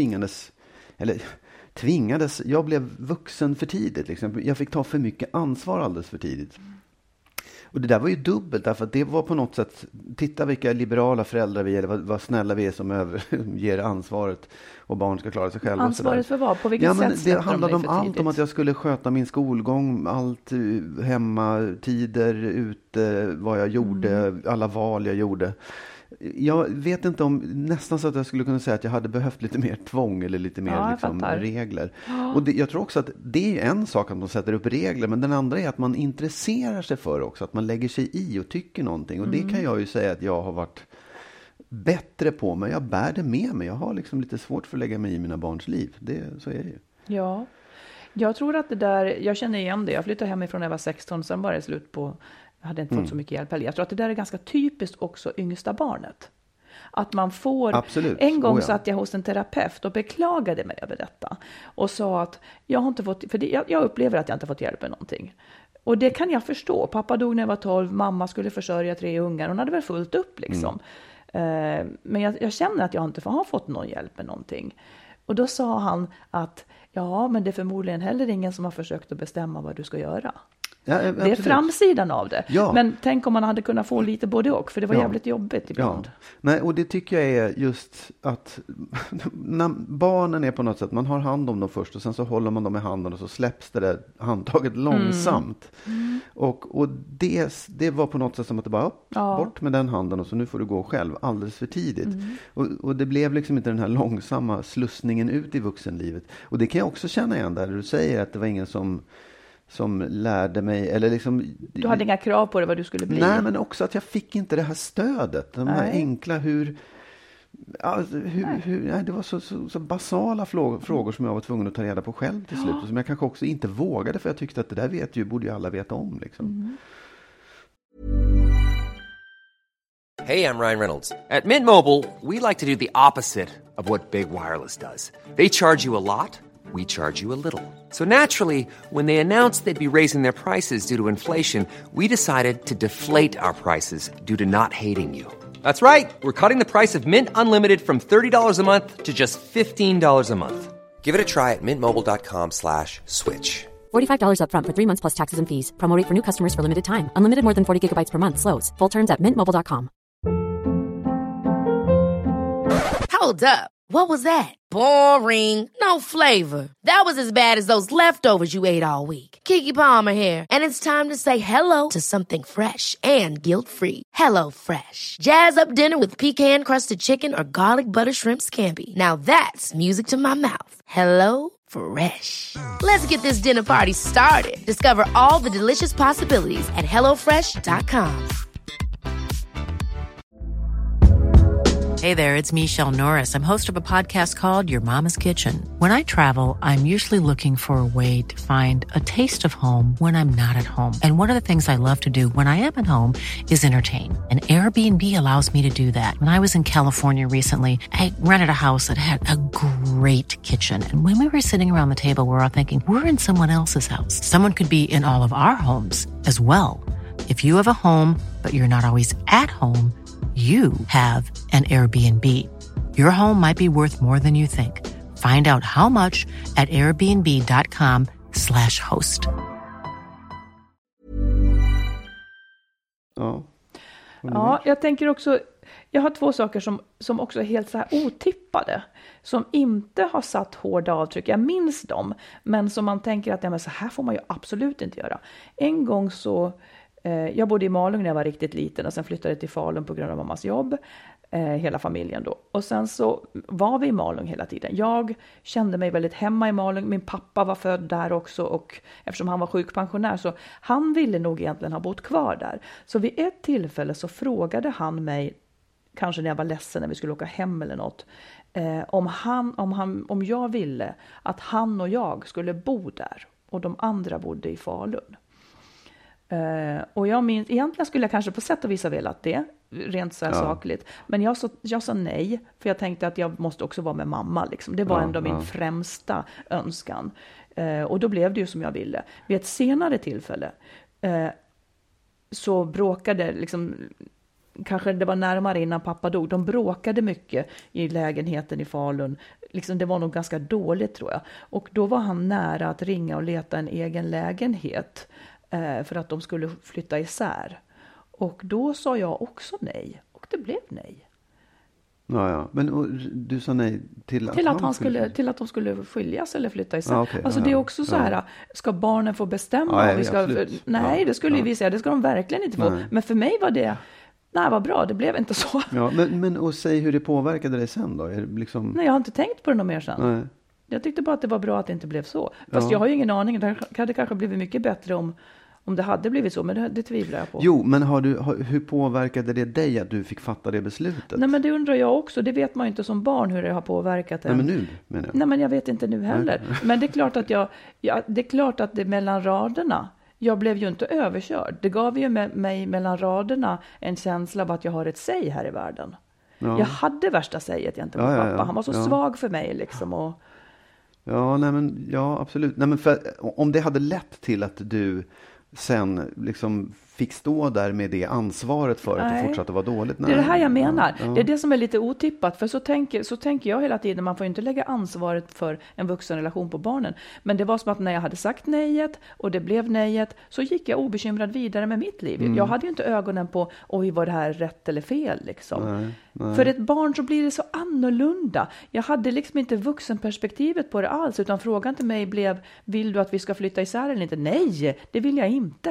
jag blev vuxen för tidigt. Liksom. Jag fick ta för mycket ansvar alldeles för tidigt. Och det där var ju dubbelt, därför att det var på något sätt, titta vilka liberala föräldrar vi är, eller vad snälla vi är som ger ansvaret och barn ska klara sig själva. Ansvaret för vad? På vilket sätt? Det handlade om allt, om att jag skulle sköta min skolgång, allt hemma, tider, ute, vad jag gjorde, alla val jag gjorde. Jag vet inte om, nästan så att jag skulle kunna säga att jag hade behövt lite mer tvång eller lite mer regler. Och jag tror också att det är en sak att man sätter upp regler, men den andra är att man intresserar sig för också, att man lägger sig i och tycker någonting. Och det kan jag ju säga att jag har varit bättre på, men jag bär det med mig. Jag har liksom lite svårt för att lägga mig i mina barns liv. Så är det ju. Ja, jag tror att det där, jag känner igen det. Jag flyttade hemifrån när jag var 16, sen var det slut på... Jag hade inte fått så mycket hjälp heller. Jag tror att det där är ganska typiskt också yngsta barnet. Att man får... Absolut. En gång satt jag hos en terapeut och beklagade mig över detta. Och sa att jag har inte fått... För jag upplever att jag inte fått hjälp med någonting. Och det kan jag förstå. Pappa dog när jag var 12. Mamma skulle försörja 3 ungar. Hon hade väl fullt upp liksom. Men jag känner att jag inte har fått någon hjälp med någonting. Och då sa han att men det är förmodligen heller ingen som har försökt att bestämma vad du ska göra. Ja, det är framsidan av det. Ja. Men tänk om man hade kunnat få lite både och. För det var jävligt jobbigt ibland. Ja. Nej, och det tycker jag är just att när barnen är på något sätt, man har hand om dem först och sen så håller man dem i handen och så släpps det där handtaget långsamt. Och det var på något sätt som att det bara bort med den handen och så nu får du gå själv alldeles för tidigt. Och det blev liksom inte den här långsamma slussningen ut i vuxenlivet. Och det kan jag också känna igen där du säger att det var ingen som som lärde mig, eller liksom... Du hade inga krav på det vad du skulle bli? Nej, men också att jag fick inte det här stödet. De här enkla det var så basala frågor som jag var tvungen att ta reda på själv till slut. Och som jag kanske också inte vågade, för jag tyckte att det där borde ju alla veta om. Liksom. Hey, I'm Ryan Reynolds. At Mint Mobile, we like to do the opposite of what Big Wireless does. They charge you a lot. We charge you a little. So naturally, when they announced they'd be raising their prices due to inflation, we decided to deflate our prices due to not hating you. That's right. We're cutting the price of Mint Unlimited from $30 a month to just $15 a month. Give it a try at mintmobile.com/switch. $45 up front for 3 months plus taxes and fees. Promo rate for new customers for limited time. Unlimited more than 40 gigabytes per month slows. Full terms at mintmobile.com. Hold up. What was that? Boring. No flavor. That was as bad as those leftovers you ate all week. Keke Palmer here, and it's time to say hello to something fresh and guilt-free. Hello Fresh. Jazz up dinner with pecan-crusted chicken or garlic butter shrimp scampi. Now that's music to my mouth. Hello Fresh. Let's get this dinner party started. Discover all the delicious possibilities at hellofresh.com. Hey there, it's Michelle Norris. I'm host of a podcast called Your Mama's Kitchen. When I travel, I'm usually looking for a way to find a taste of home when I'm not at home. And one of the things I love to do when I am at home is entertain. And Airbnb allows me to do that. When I was in California recently, I rented a house that had a great kitchen. And when we were sitting around the table, we were all thinking, we're in someone else's house. Someone could be in all of our homes as well. If you have a home, but you're not always at home, you have an Airbnb. Your home might be worth more than you think. Find out how much at airbnb.com/host. Ja, jag tänker också, jag har 2 saker som också är helt så här otippade. Som inte har satt hårda avtryck. Jag minns dem, men som man tänker att men så här får man ju absolut inte göra. En gång så... Jag bodde i Malung när jag var riktigt liten och sen flyttade jag till Falun på grund av mammas jobb. Hela familjen då. Och sen så var vi i Malung hela tiden. Jag kände mig väldigt hemma i Malung. Min pappa var född där också och eftersom han var sjukpensionär så han ville nog egentligen ha bott kvar där. Så vid ett tillfälle så frågade han mig, kanske när jag var ledsen när vi skulle åka hem eller något, om jag ville att han och jag skulle bo där och de andra bodde i Falun. Och jag minns, egentligen skulle jag kanske på sätt och vis ha velat det, rent så här sakligt. Men jag sa nej, för jag tänkte att jag måste också vara med mamma. Liksom. Det var ändå min främsta önskan. Och då blev det ju som jag ville. Vid ett senare tillfälle så bråkade, liksom, kanske det var närmare innan pappa dog. De bråkade mycket i lägenheten i Falun. Liksom, det var nog ganska dåligt tror jag. Och då var han nära att ringa och leta en egen lägenhet. För att de skulle flytta isär. Och då sa jag också nej. Och det blev nej. Ja. Men du sa nej till att de skulle skiljas eller flytta isär. Alltså det är också så här, ska barnen få bestämma? Nej, det skulle vi säga. Det ska de verkligen inte få. Nej. Men för mig var det... Nej, vad bra. Det blev inte så. Ja, men och säg hur det påverkade dig sen då? Liksom... Nej, jag har inte tänkt på det något mer sen. Nej. Jag tyckte bara att det var bra att det inte blev så. Fast jag har ju ingen aning. Det hade kanske blivit mycket bättre om det hade blivit så. Men det tvivlar jag på. Jo, men hur påverkade det dig att du fick fatta det beslutet? Nej, men det undrar jag också. Det vet man ju inte som barn hur det har påverkat en. Nej, men nu menar jag. Nej, men jag vet inte nu heller. Nej. Men det är klart att det är klart att det mellan raderna. Jag blev ju inte överkörd. Det gav ju mig mellan raderna en känsla av att jag har ett säg här i världen. Ja. Jag hade värsta säget gentemot pappa. Han var så svag för mig liksom och... Ja, absolut. Nej, men för, om det hade lett till att du sen liksom fick stå där med det ansvaret för att det fortsatte vara dåligt. Nej. Det är det här jag menar. Ja. Det är det som är lite otippat. För så tänker jag hela tiden. Man får ju inte lägga ansvaret för en vuxenrelation på barnen. Men det var som att när jag hade sagt nejet och det blev nejet så gick jag obekymrad vidare med mitt liv. Jag hade ju inte ögonen på var det här rätt eller fel liksom. Nej. För ett barn så blir det så annorlunda. Jag hade liksom inte vuxenperspektivet på det alls. Utan frågan till mig blev, vill du att vi ska flytta isär eller inte? Nej, det vill jag inte.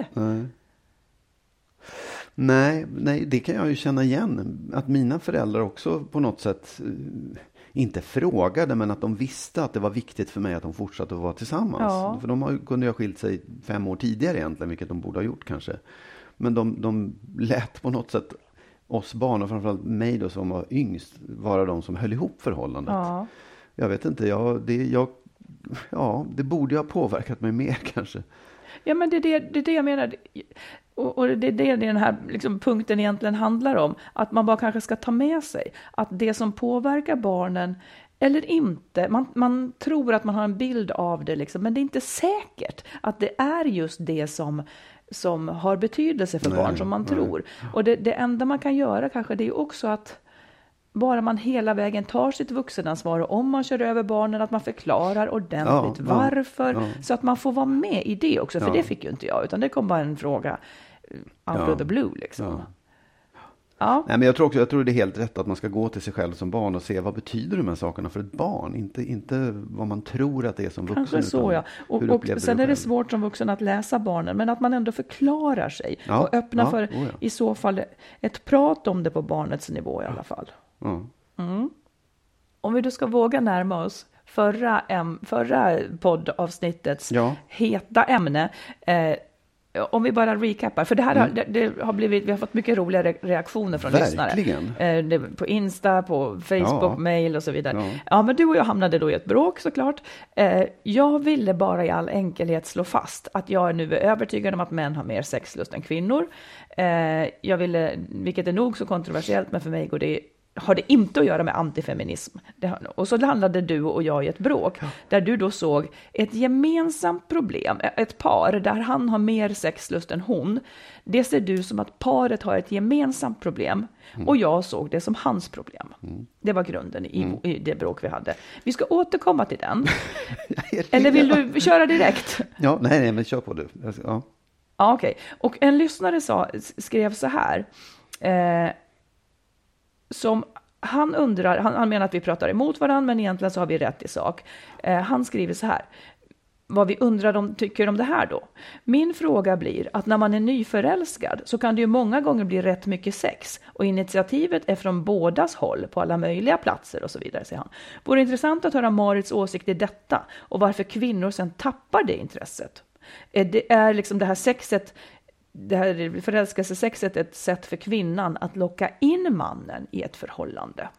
Nej, det kan jag ju känna igen. Att mina föräldrar också på något sätt inte frågade, men att de visste att det var viktigt för mig att de fortsatte att vara tillsammans. Ja. För kunde ju ha skilt sig 5 år tidigare egentligen, vilket de borde ha gjort kanske. Men de lät på något sätt oss barn, och framförallt mig då som var yngst, vara de som höll ihop förhållandet. Ja. Jag vet inte, det borde ha påverkat mig mer kanske. Ja, men det är det jag menar. Och det är det den här liksom punkten egentligen handlar om. Att man bara kanske ska ta med sig att det som påverkar barnen eller inte, man tror att man har en bild av det liksom, men det är inte säkert att det är just det som har betydelse för barn som man tror. Och det enda man kan göra kanske, det är också att bara man hela vägen tar sitt vuxenansvar, och om man kör över barnen, att man förklarar ordentligt varför, så att man får vara med i det också, för det fick ju inte jag, utan det kom bara en fråga out of the blue liksom. Ja. Nej, men jag tror det är helt rätt att man ska gå till sig själv som barn och se vad betyder de här sakerna för ett barn, inte vad man tror att det är som vuxen. Kanske så, ja. Och sen är det svårt som vuxen att läsa barnen, men att man ändå förklarar sig och öppnar för i så fall ett prat om det på barnets nivå i alla fall. Om vi då ska våga närma oss förra poddavsnittets heta ämne, om vi bara recapar, för det här det har blivit, vi har fått mycket roliga reaktioner från lyssnare. På Insta, på Facebook, mail och så vidare. Ja, men du och jag hamnade då i ett bråk såklart. Jag ville bara i all enkelhet slå fast att jag nu är övertygad om att män har mer sexlust än kvinnor. Jag ville, vilket är nog så kontroversiellt, men för mig har det inte att göra med antifeminism. Och så landade du och jag i ett bråk där du då såg ett gemensamt problem, ett par där han har mer sexlust än hon. Det ser du som att paret har ett gemensamt problem, och jag såg det som hans problem. Det var grunden i det bråk vi hade. Vi ska återkomma till den. Eller vill du köra direkt? Ja, nej, men kör på du. Ja, okej. Och en lyssnare skrev så här... som han undrar, han menar att vi pratar emot varandra, men egentligen så har vi rätt i sak. Han skriver så här: vad vi undrar tycker om det här då. Min fråga blir att när man är nyförälskad så kan det ju många gånger bli rätt mycket sex, och initiativet är från bådas håll på alla möjliga platser och så vidare, säger han. Vore intressant att höra Marits åsikt i detta, och varför kvinnor sen tappar det intresset. Det är liksom det här sexet, det här förälskelsesexet, ett sätt för kvinnan att locka in mannen i ett förhållande.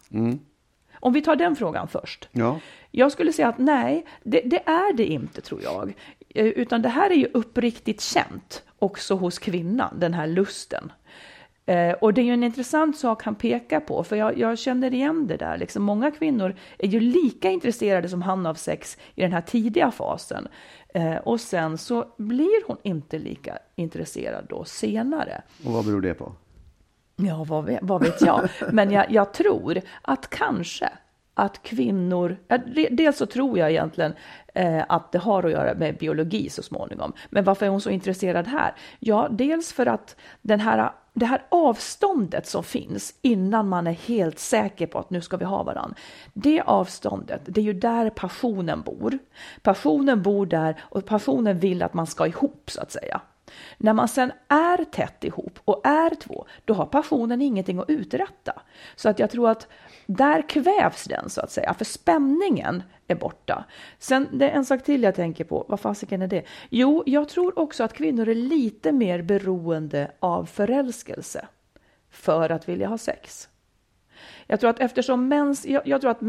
Om vi tar den frågan först. Jag skulle säga att nej, det är det inte, tror jag. Utan det här är ju uppriktigt känt också hos kvinnan, den här lusten. Och det är ju en intressant sak han pekar på, för jag känner igen det där. Liksom, många kvinnor är ju lika intresserade som han av sex i den här tidiga fasen. Och sen så blir hon inte lika intresserad då senare. Och vad beror det på? Ja, vad vet jag. Men jag tror att kanske att kvinnor... Dels så tror jag egentligen att det har att göra med biologi så småningom. Men varför är hon så intresserad här? Ja, dels för att det här avståndet som finns innan man är helt säker på att nu ska vi ha varann. Det avståndet, det är ju där passionen bor. Passionen bor där, och passionen vill att man ska ihop, så att säga. När man sen är tätt ihop och är två, då har passionen ingenting att uträtta. Så att jag tror att där kvävs den, så att säga, för spänningen är borta. Sen det är en sak till jag tänker på. Vad fasiken är det? Jo, jag tror också att kvinnor är lite mer beroende av förälskelse för att vilja ha sex. Jag tror att eftersom jag tror att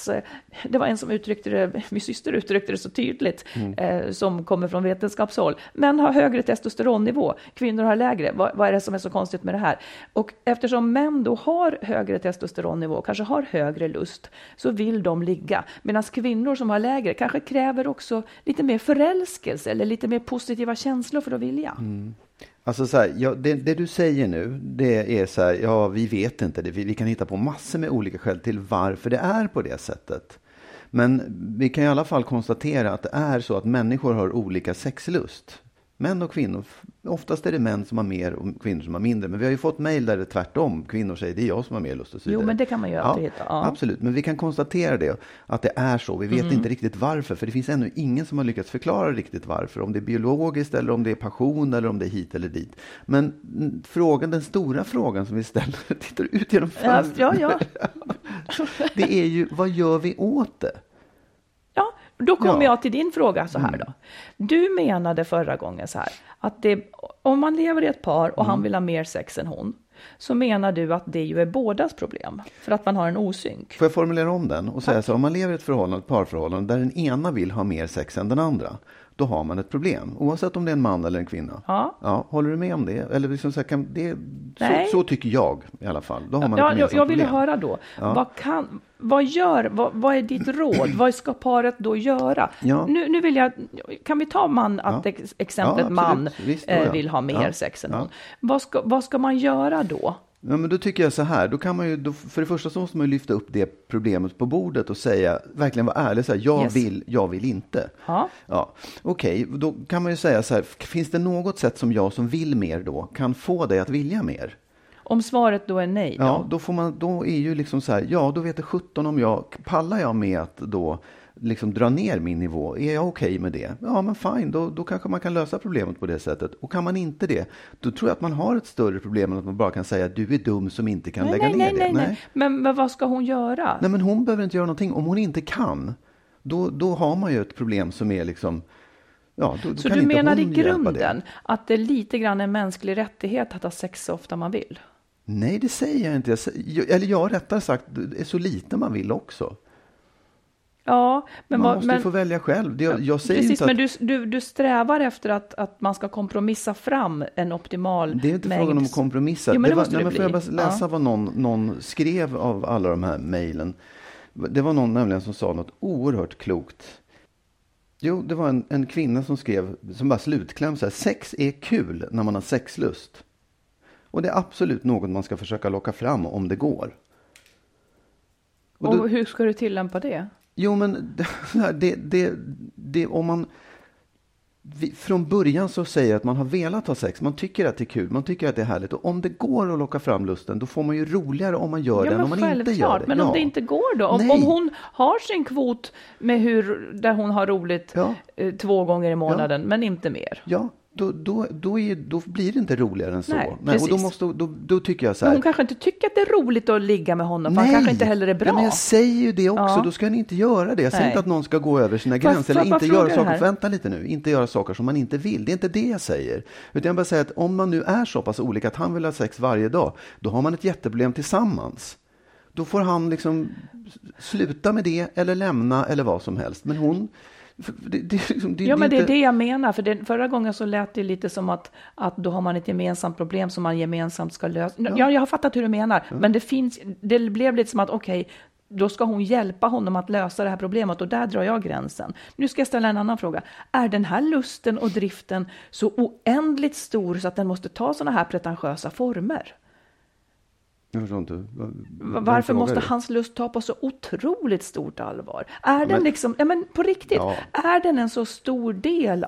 det var en som uttryckte det, min syster uttryckte det så tydligt, som kommer från vetenskapshåll. Män har högre testosteronnivå, kvinnor har lägre. Vad är det som är så konstigt med det här? Och eftersom män då har högre testosteronnivå, kanske har högre lust, så vill de ligga. Medan kvinnor som har lägre kanske kräver också lite mer förälskelse eller lite mer positiva känslor för att vilja. Alltså så här, det du säger nu, det är så här, vi vet inte det. Vi kan hitta på massor med olika skäl till varför det är på det sättet. Men vi kan i alla fall konstatera att det är så att människor har olika sexlust. Män och kvinnor. Oftast är det män som har mer och kvinnor som har mindre. Men vi har ju fått mejl där det är tvärtom. Kvinnor säger det är jag som har mer lust och så vidare. Jo, men det kan man ju alltid hitta. Ja. Absolut, men vi kan konstatera det. Att det är så. Vi vet inte riktigt varför. För det finns ännu ingen som har lyckats förklara riktigt varför. Om det är biologiskt eller om det är passion eller om det är hit eller dit. Men den stora frågan som vi ställer tittar ut genom fönstret. Ja. Det är ju, vad gör vi åt det? Ja, då kommer jag till din fråga så här då. Du menade förra gången så här, att om man lever i ett par och han vill ha mer sex än hon, så menar du att det ju är bådas problem, för att man har en osynk. Får jag formulera om den och säga så, om man lever i ett parförhållande där den ena vill ha mer sex än den andra, då har man ett problem. Oavsett om det är en man eller en kvinna. Ja, håller du med om det? Eller liksom så, så tycker jag i alla fall. Då har man ett gemensamt jag vill problem. höra då. Ja. Vad är ditt råd? Vad ska paret då göra? Ja. Nu vill jag, kan vi ta exemplet man vill ha mer sex än någon. Vad ska man göra då? Ja, men då tycker jag så här, då kan man ju, för det första så måste man ju lyfta upp det problemet på bordet och säga, verkligen vara ärlig, så här, jag vill inte. Ja. Okej, då kan man ju säga så här, finns det något sätt som jag som vill mer då kan få dig att vilja mer? Om svaret då är nej då? Ja, då är ju liksom så här, då vet det 17 om pallar jag med att då liksom dra ner min nivå. Är jag okej med det? Ja, men fine. Då kanske man kan lösa problemet på det sättet. Och kan man inte det, då tror jag att man har ett större problem än att man bara kan säga att du är dum som inte kan lägga ner det. Nej. Men vad ska hon göra? Nej, men hon behöver inte göra någonting. Om hon inte kan, då har man ju ett problem som är liksom... Ja, då så kan du inte menar i hon grunden att det är lite grann en mänsklig rättighet att ha sex så ofta man vill? Nej, det säger jag inte. Eller rättare sagt, det är så lite man vill också. Ja, men man måste få välja själv. Jag säger precis, inte att... men du strävar efter att man ska kompromissa fram en optimal mängd. Det är inte frågan om att kompromissa. Jo, men får jag bara läsa vad någon skrev av alla de här mejlen. Det var någon nämligen som sa något oerhört klokt. Jo, det var en kvinna som skrev, som bara slutkläm så här: sex är kul när man har sexlust. Och det är absolut något man ska försöka locka fram om det går. Och hur ska du tillämpa det? Jo, men om man från början så säger att man har velat ha sex, man tycker att det är kul, man tycker att det är härligt, och om det går att locka fram lusten, då får man ju roligare om man gör det än om man inte gör det. Men om det inte går då? Om hon har sin kvot med där hon har roligt 2 gånger i månaden, men inte mer. Ja. Då blir det inte roligare än så. Nej, och då tycker jag så här. Men hon kanske inte tycker att det är roligt att ligga med honom. För han kanske inte heller är bra. Ja, men jag säger ju det också. Ja. Då ska ni inte göra det. Jag säger inte att någon ska gå över sina gränser. Eller inte göra saker. Vänta lite nu. Inte göra saker som man inte vill. Det är inte det jag säger. Utan jag bara säger att om man nu är så pass olika att han vill ha sex varje dag, då har man ett jätteproblem tillsammans. Då får han liksom sluta med det eller lämna eller vad som helst. Men hon... men det är det jag menar. För förra gången så lät det lite som att då har man ett gemensamt problem som man gemensamt ska lösa. Ja, jag har fattat hur du menar. Ja. Men det blev lite som att då ska hon hjälpa honom att lösa det här problemet, och där drar jag gränsen. Nu ska jag ställa en annan fråga. Är den här lusten och driften så oändligt stor så att den måste ta såna här pretentiösa former? Jag förstår inte. Varför måste hans lust ta på så otroligt stort allvar? Är den liksom, men på riktigt, är den en så stor del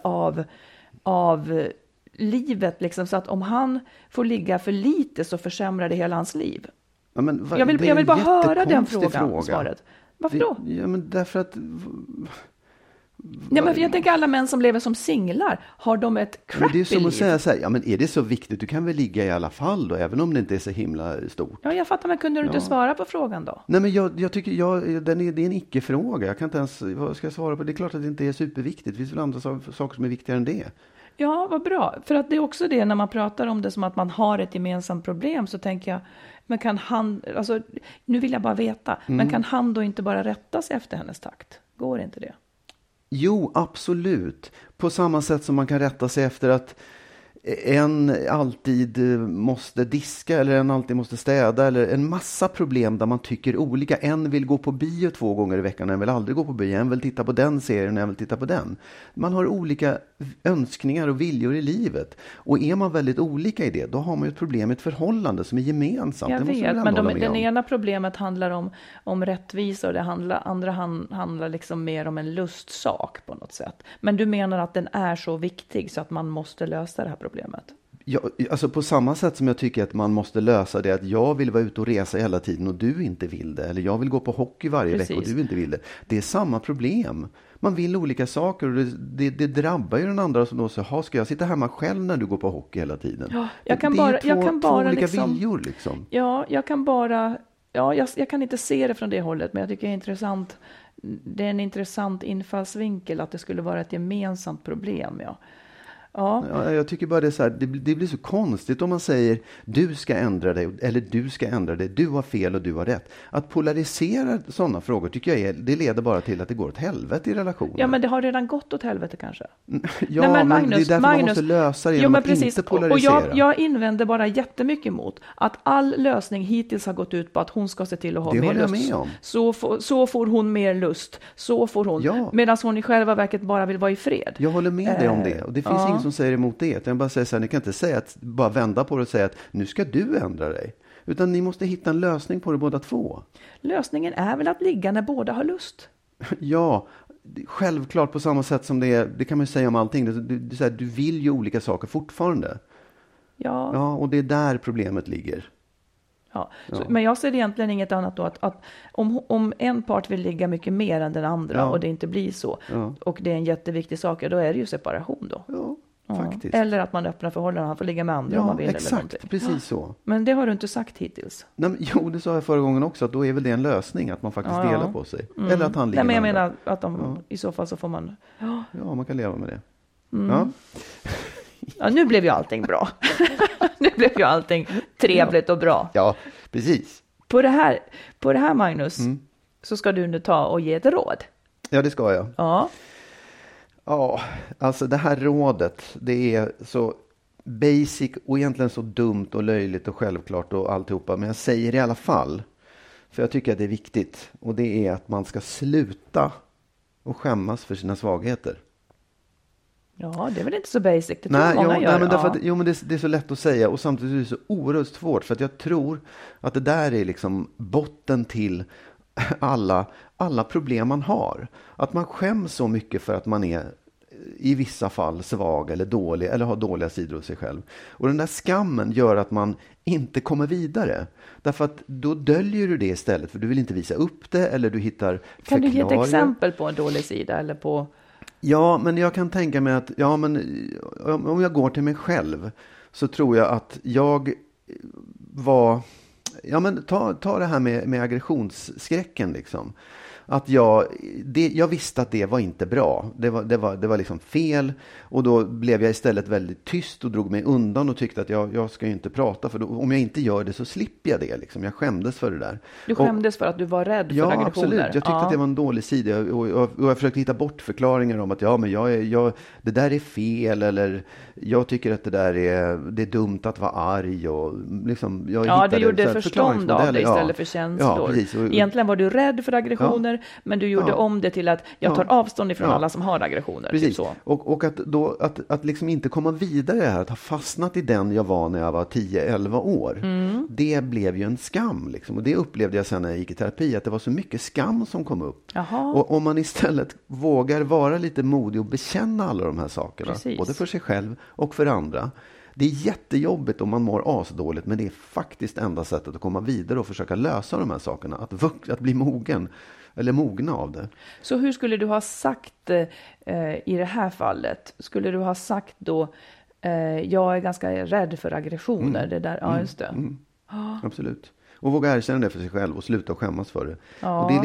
av livet liksom, så att om han får ligga för lite så försämrar det hela hans liv? Ja, men jag vill bara höra den svaret. Varför då? Ja, men därför att... Nej, men jag tänker alla män som lever som singlar, har de ett crappy liv? Det är som att säga så här, ja, men är det så viktigt? Du kan väl ligga i alla fall då, även om det inte är så himla stort. Ja, jag fattar, men kunde du inte svara på frågan då? Nej, men jag tycker, det är en icke-fråga. Jag kan inte ens, vad ska jag svara på? Det är klart att det inte är superviktigt. Det finns väl andra saker som är viktigare än det. Ja, vad bra. För att det är också det, när man pratar om det som att man har ett gemensamt problem, så tänker jag, men kan han, alltså, nu vill jag bara veta, men kan han då inte bara rätta sig efter hennes takt? Går inte det? Jo, absolut. På samma sätt som man kan rätta sig efter att en alltid måste diska eller en alltid måste städa eller en massa problem där man tycker olika. En vill gå på bio 2 gånger i veckan, en vill aldrig gå på bio, en vill titta på den serien, en vill titta på den. Man har olika önskningar och viljor i livet. Och är man väldigt olika i det, då har man ju ett problem, ett förhållande som är gemensamt. Jag vet, men den ena problemet handlar om rättvisa och det andra handlar liksom mer om en lustsak på något sätt. Men du menar att den är så viktig så att man måste lösa det här problemet? Ja, alltså på samma sätt som jag tycker att man måste lösa det att jag vill vara ute och resa hela tiden och du inte vill det. Eller jag vill gå på hockey varje vecka och du inte vill det. Det är samma problem. Man vill olika saker och det drabbar ju den andra som då säger, ska jag sitta hemma själv när du går på hockey hela tiden? Ja, det är två olika liksom, viljor liksom. Ja, jag kan inte se det från det hållet, men jag tycker det är intressant. Det är en intressant infallsvinkel att det skulle vara ett gemensamt problem, ja. Ja. Ja, jag tycker bara det är så här, det blir så konstigt om man säger du ska ändra dig eller du ska ändra dig, du har fel och du har rätt. Att polarisera sådana frågor tycker jag det leder bara till att det går åt helvete i relationen. Ja, men det har redan gått åt helvete kanske. Ja, men Magnus, det är därför man måste lösa det genom att inte polarisera. Och jag invänder bara jättemycket mot att all lösning hittills har gått ut på att hon ska se till att ha mer lust. Med om. Så får hon mer lust, så får hon. Ja. Medan hon i själva verket bara vill vara i fred. Jag håller med dig om det och det finns ingen som säger emot det. Jag bara säger så här, ni kan inte säga att, bara vända på det och säga att nu ska du ändra dig. Utan ni måste hitta en lösning på det båda två. Lösningen är väl att ligga när båda har lust? Ja, självklart på samma sätt som det kan man ju säga om allting. Du vill ju olika saker fortfarande. Ja, och det är där problemet ligger. Ja. Men jag ser egentligen inget annat då att om en part vill ligga mycket mer än den andra och det inte blir så och det är en jätteviktig sak, då är det ju separation då. Ja, faktiskt. Eller att man öppnar förhållanden och han får ligga med andra om man vill. Exakt, eller precis så. Men det har du inte sagt hittills. Nej, jo, det sa jag förra gången också, att då är väl det en lösning att man faktiskt delar på sig. Eller att han ligger med andra. Jag menar att i så fall så får man... Ja, man kan leva med det. Ja, nu blev ju allting bra. Nu blev ju allting trevligt och bra. Ja, precis. På det här Magnus, så ska du nu ta och ge ett råd. Ja, det ska jag. Ja, alltså det här rådet, det är så basic och egentligen så dumt och löjligt och självklart och alltihopa. Men jag säger det i alla fall, för jag tycker att det är viktigt. Och det är att man ska sluta och skämmas för sina svagheter. Ja, det är väl inte så basic. Det tror många gör. Nej, men det är så lätt att säga och samtidigt är det så oerhört svårt. För att jag tror att det där är liksom botten till alla problem man har. Att man skäms så mycket för att man är i vissa fall svag eller dålig eller har dåliga sidor hos sig själv. Och den där skammen gör att man inte kommer vidare. Därför att då döljer du det istället, för du vill inte visa upp det eller du hittar förklaringar. Kan du ge ett exempel på en dålig sida eller på... Ja, men jag kan tänka mig att om jag går till mig själv så tror jag att jag var... Ja, men ta det här med aggressionsskräcken liksom. Att jag visste att det var inte bra. Det var liksom fel. Och då blev jag istället väldigt tyst och drog mig undan och tyckte att jag ska ju inte prata. För då, om jag inte gör det så slipper jag det. Liksom. Jag skämdes för det där. Du skämdes för att du var rädd för aggressioner? Ja, absolut. Jag tyckte att det var en dålig sida. Och jag försökte hitta bort förklaringar om att det där är fel. Eller jag tycker att det är dumt att vara arg. Och liksom, du gjorde förstånd av det istället för känslor. Ja, precis. Egentligen var du rädd för aggressioner. Men du gjorde om det till att jag tar avstånd ifrån alla som har aggressioner. Precis. Typ så. Och att liksom inte komma vidare här, att ha fastnat i den jag var när jag var 10-11 år. Det blev ju en skam. Liksom. Och det upplevde jag sen när jag gick i terapi, att det var så mycket skam som kom upp. Jaha. Och om man istället vågar vara lite modig och bekänna alla de här sakerna, både för sig själv och för andra. Det är jättejobbigt om man mår asdåligt, men det är faktiskt enda sättet att komma vidare och försöka lösa de här sakerna. Att bli mogen. Eller mogna av det. Så hur skulle du ha sagt i det här fallet? Skulle du ha sagt då, jag är ganska rädd för aggressioner. Det där, ja, just det. Absolut. Och våga erkänna det för sig själv och sluta skämmas för det. Ja. Och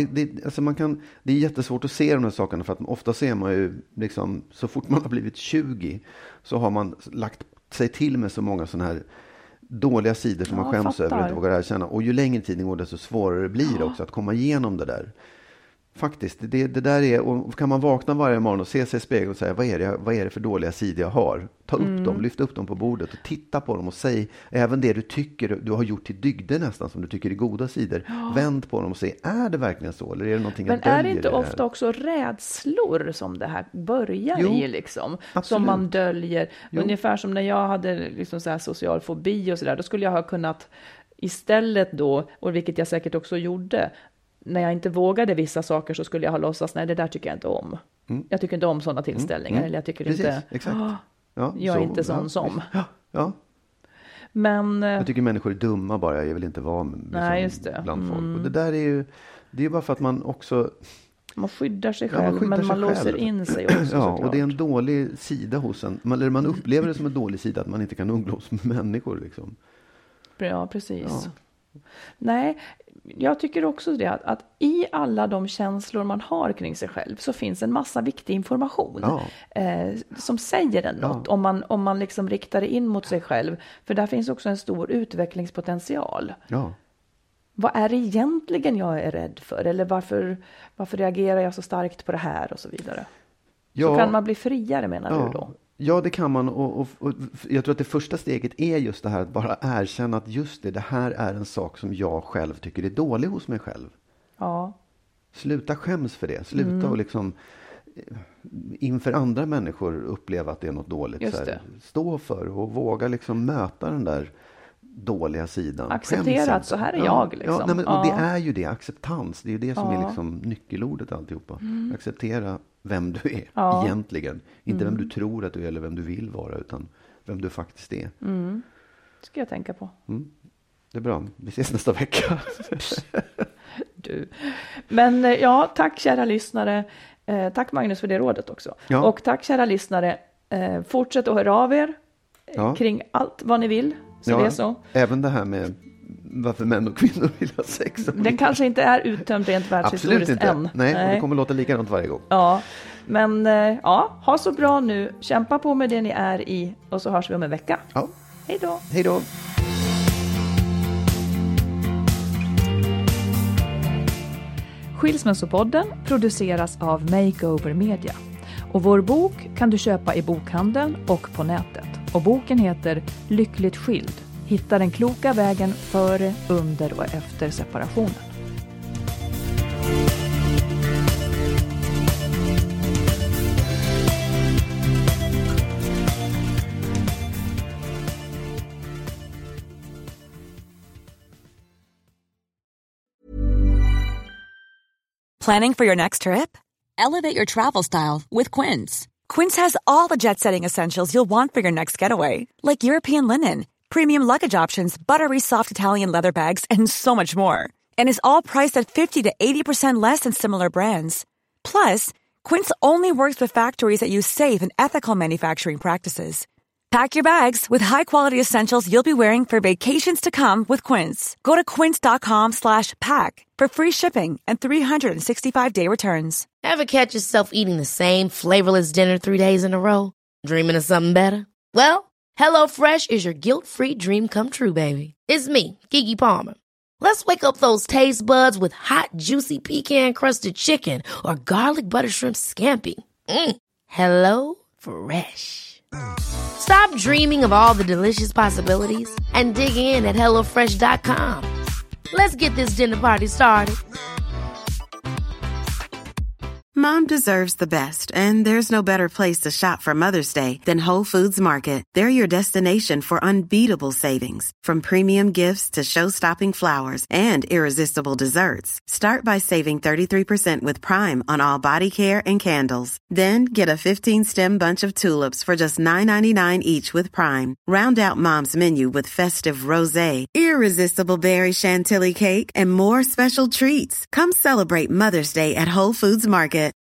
det är jättesvårt att se de här sakerna, för att ofta ser man ju liksom, så fort man har blivit 20 så har man lagt sig till med så många sådana här dåliga sidor som man skäms över och inte vågar erkänna. Och ju längre tiden går, desto svårare blir det också att komma igenom det där. Faktiskt, det där är, och kan man vakna varje morgon och se sig i spegeln och säga, vad är det för dåliga sidor jag har? Ta upp dem, lyft upp dem på bordet och titta på dem och säg även det du tycker du har gjort till dygder nästan, som du tycker är goda sidor. Vänd på dem och säg, är det verkligen så? Eller är det någonting jag döljer? Men är det inte ofta också rädslor som det här börjar i liksom? Absolut. Som man döljer. Ungefär som när jag hade liksom så här social fobi och sådär, då skulle jag ha kunnat istället då, och vilket jag säkert också gjorde, när jag inte vågade vissa saker så skulle jag ha låtsats, nej det där tycker jag inte om. Jag tycker inte om sådana tillställningar. Eller jag tycker inte, exakt. Jag är inte sån som. Ja. Men, jag tycker människor är dumma bara, jag vill inte vara bland folk. Och det där är ju bara för att man också... Man skyddar sig själv, men man låser in sig också. Ja, och det är en dålig sida hos en. Man upplever det som en dålig sida att man inte kan umgås med människor. Liksom. Ja, precis. Ja. Nej, jag tycker också det att i alla de känslor man har kring sig själv så finns en massa viktig information som säger en något om man liksom riktar det in mot sig själv. För där finns också en stor utvecklingspotential. Ja. Vad är det egentligen jag är rädd för? Eller varför reagerar jag så starkt på det här och så vidare? Ja. Så kan man bli friare, menar du då? Ja, det kan man. Och jag tror att det första steget är just det här att bara erkänna att just det här är en sak som jag själv tycker är dålig hos mig själv. Ja. Sluta skäms för det. Sluta och liksom inför andra människor uppleva att det är något dåligt. Just det. Stå för och våga liksom möta den där dåliga sidan. Acceptera att så här är jag. Liksom. Ja, men, och det är ju det, acceptans. Det är ju det som är liksom nyckelordet alltihopa. Acceptera vem du är egentligen. Inte vem du tror att du är eller vem du vill vara, utan vem du faktiskt är. Det ska jag tänka på. Det är bra. Vi ses nästa vecka. Du. Men tack kära lyssnare. Tack Magnus för det rådet också. Ja. Och tack kära lyssnare. Fortsätt att höra av er kring allt vad ni vill. Så det är så. Även det här med varför män och kvinnor vill ha sex. Den kanske inte är uttömd rent världshistoriskt än. Nej, det kommer låta likadant varje gång. Ja, men ha så bra nu. Kämpa på med det ni är i. Och så hörs vi om en vecka. Ja. Hej då. Hej då. Skilsmässopodden produceras av Makeover Media. Och vår bok kan du köpa i bokhandeln och på nätet. Och boken heter Lyckligt skild. Hitta den kloka vägen före, under och efter separationen. Planning for your next trip? Elevate your travel style with Quince. Quince has all the jet-setting essentials you'll want for your next getaway, like European linen, premium luggage options, buttery soft Italian leather bags, and so much more. And is all priced at 50 to 80% less than similar brands. Plus, Quince only works with factories that use safe and ethical manufacturing practices. Pack your bags with high-quality essentials you'll be wearing for vacations to come with Quince. Go to quince.com/pack for free shipping and 365-day returns. Ever catch yourself eating the same flavorless dinner 3 days in a row? Dreaming of something better? Well, HelloFresh is your guilt-free dream come true, baby. It's me, Keke Palmer. Let's wake up those taste buds with hot, juicy pecan-crusted chicken or garlic butter shrimp scampi. Hello Fresh. Stop dreaming of all the delicious possibilities and dig in at HelloFresh.com. Let's get this dinner party started. Mom deserves the best, and there's no better place to shop for Mother's Day than Whole Foods Market. They're your destination for unbeatable savings, from premium gifts to show-stopping flowers and irresistible desserts. Start by saving 33% with Prime on all body care and candles. Then get a 15-stem bunch of tulips for just $9.99 each with Prime. Round out Mom's menu with festive rosé, irresistible berry chantilly cake, and more special treats. Come celebrate Mother's Day at Whole Foods Market.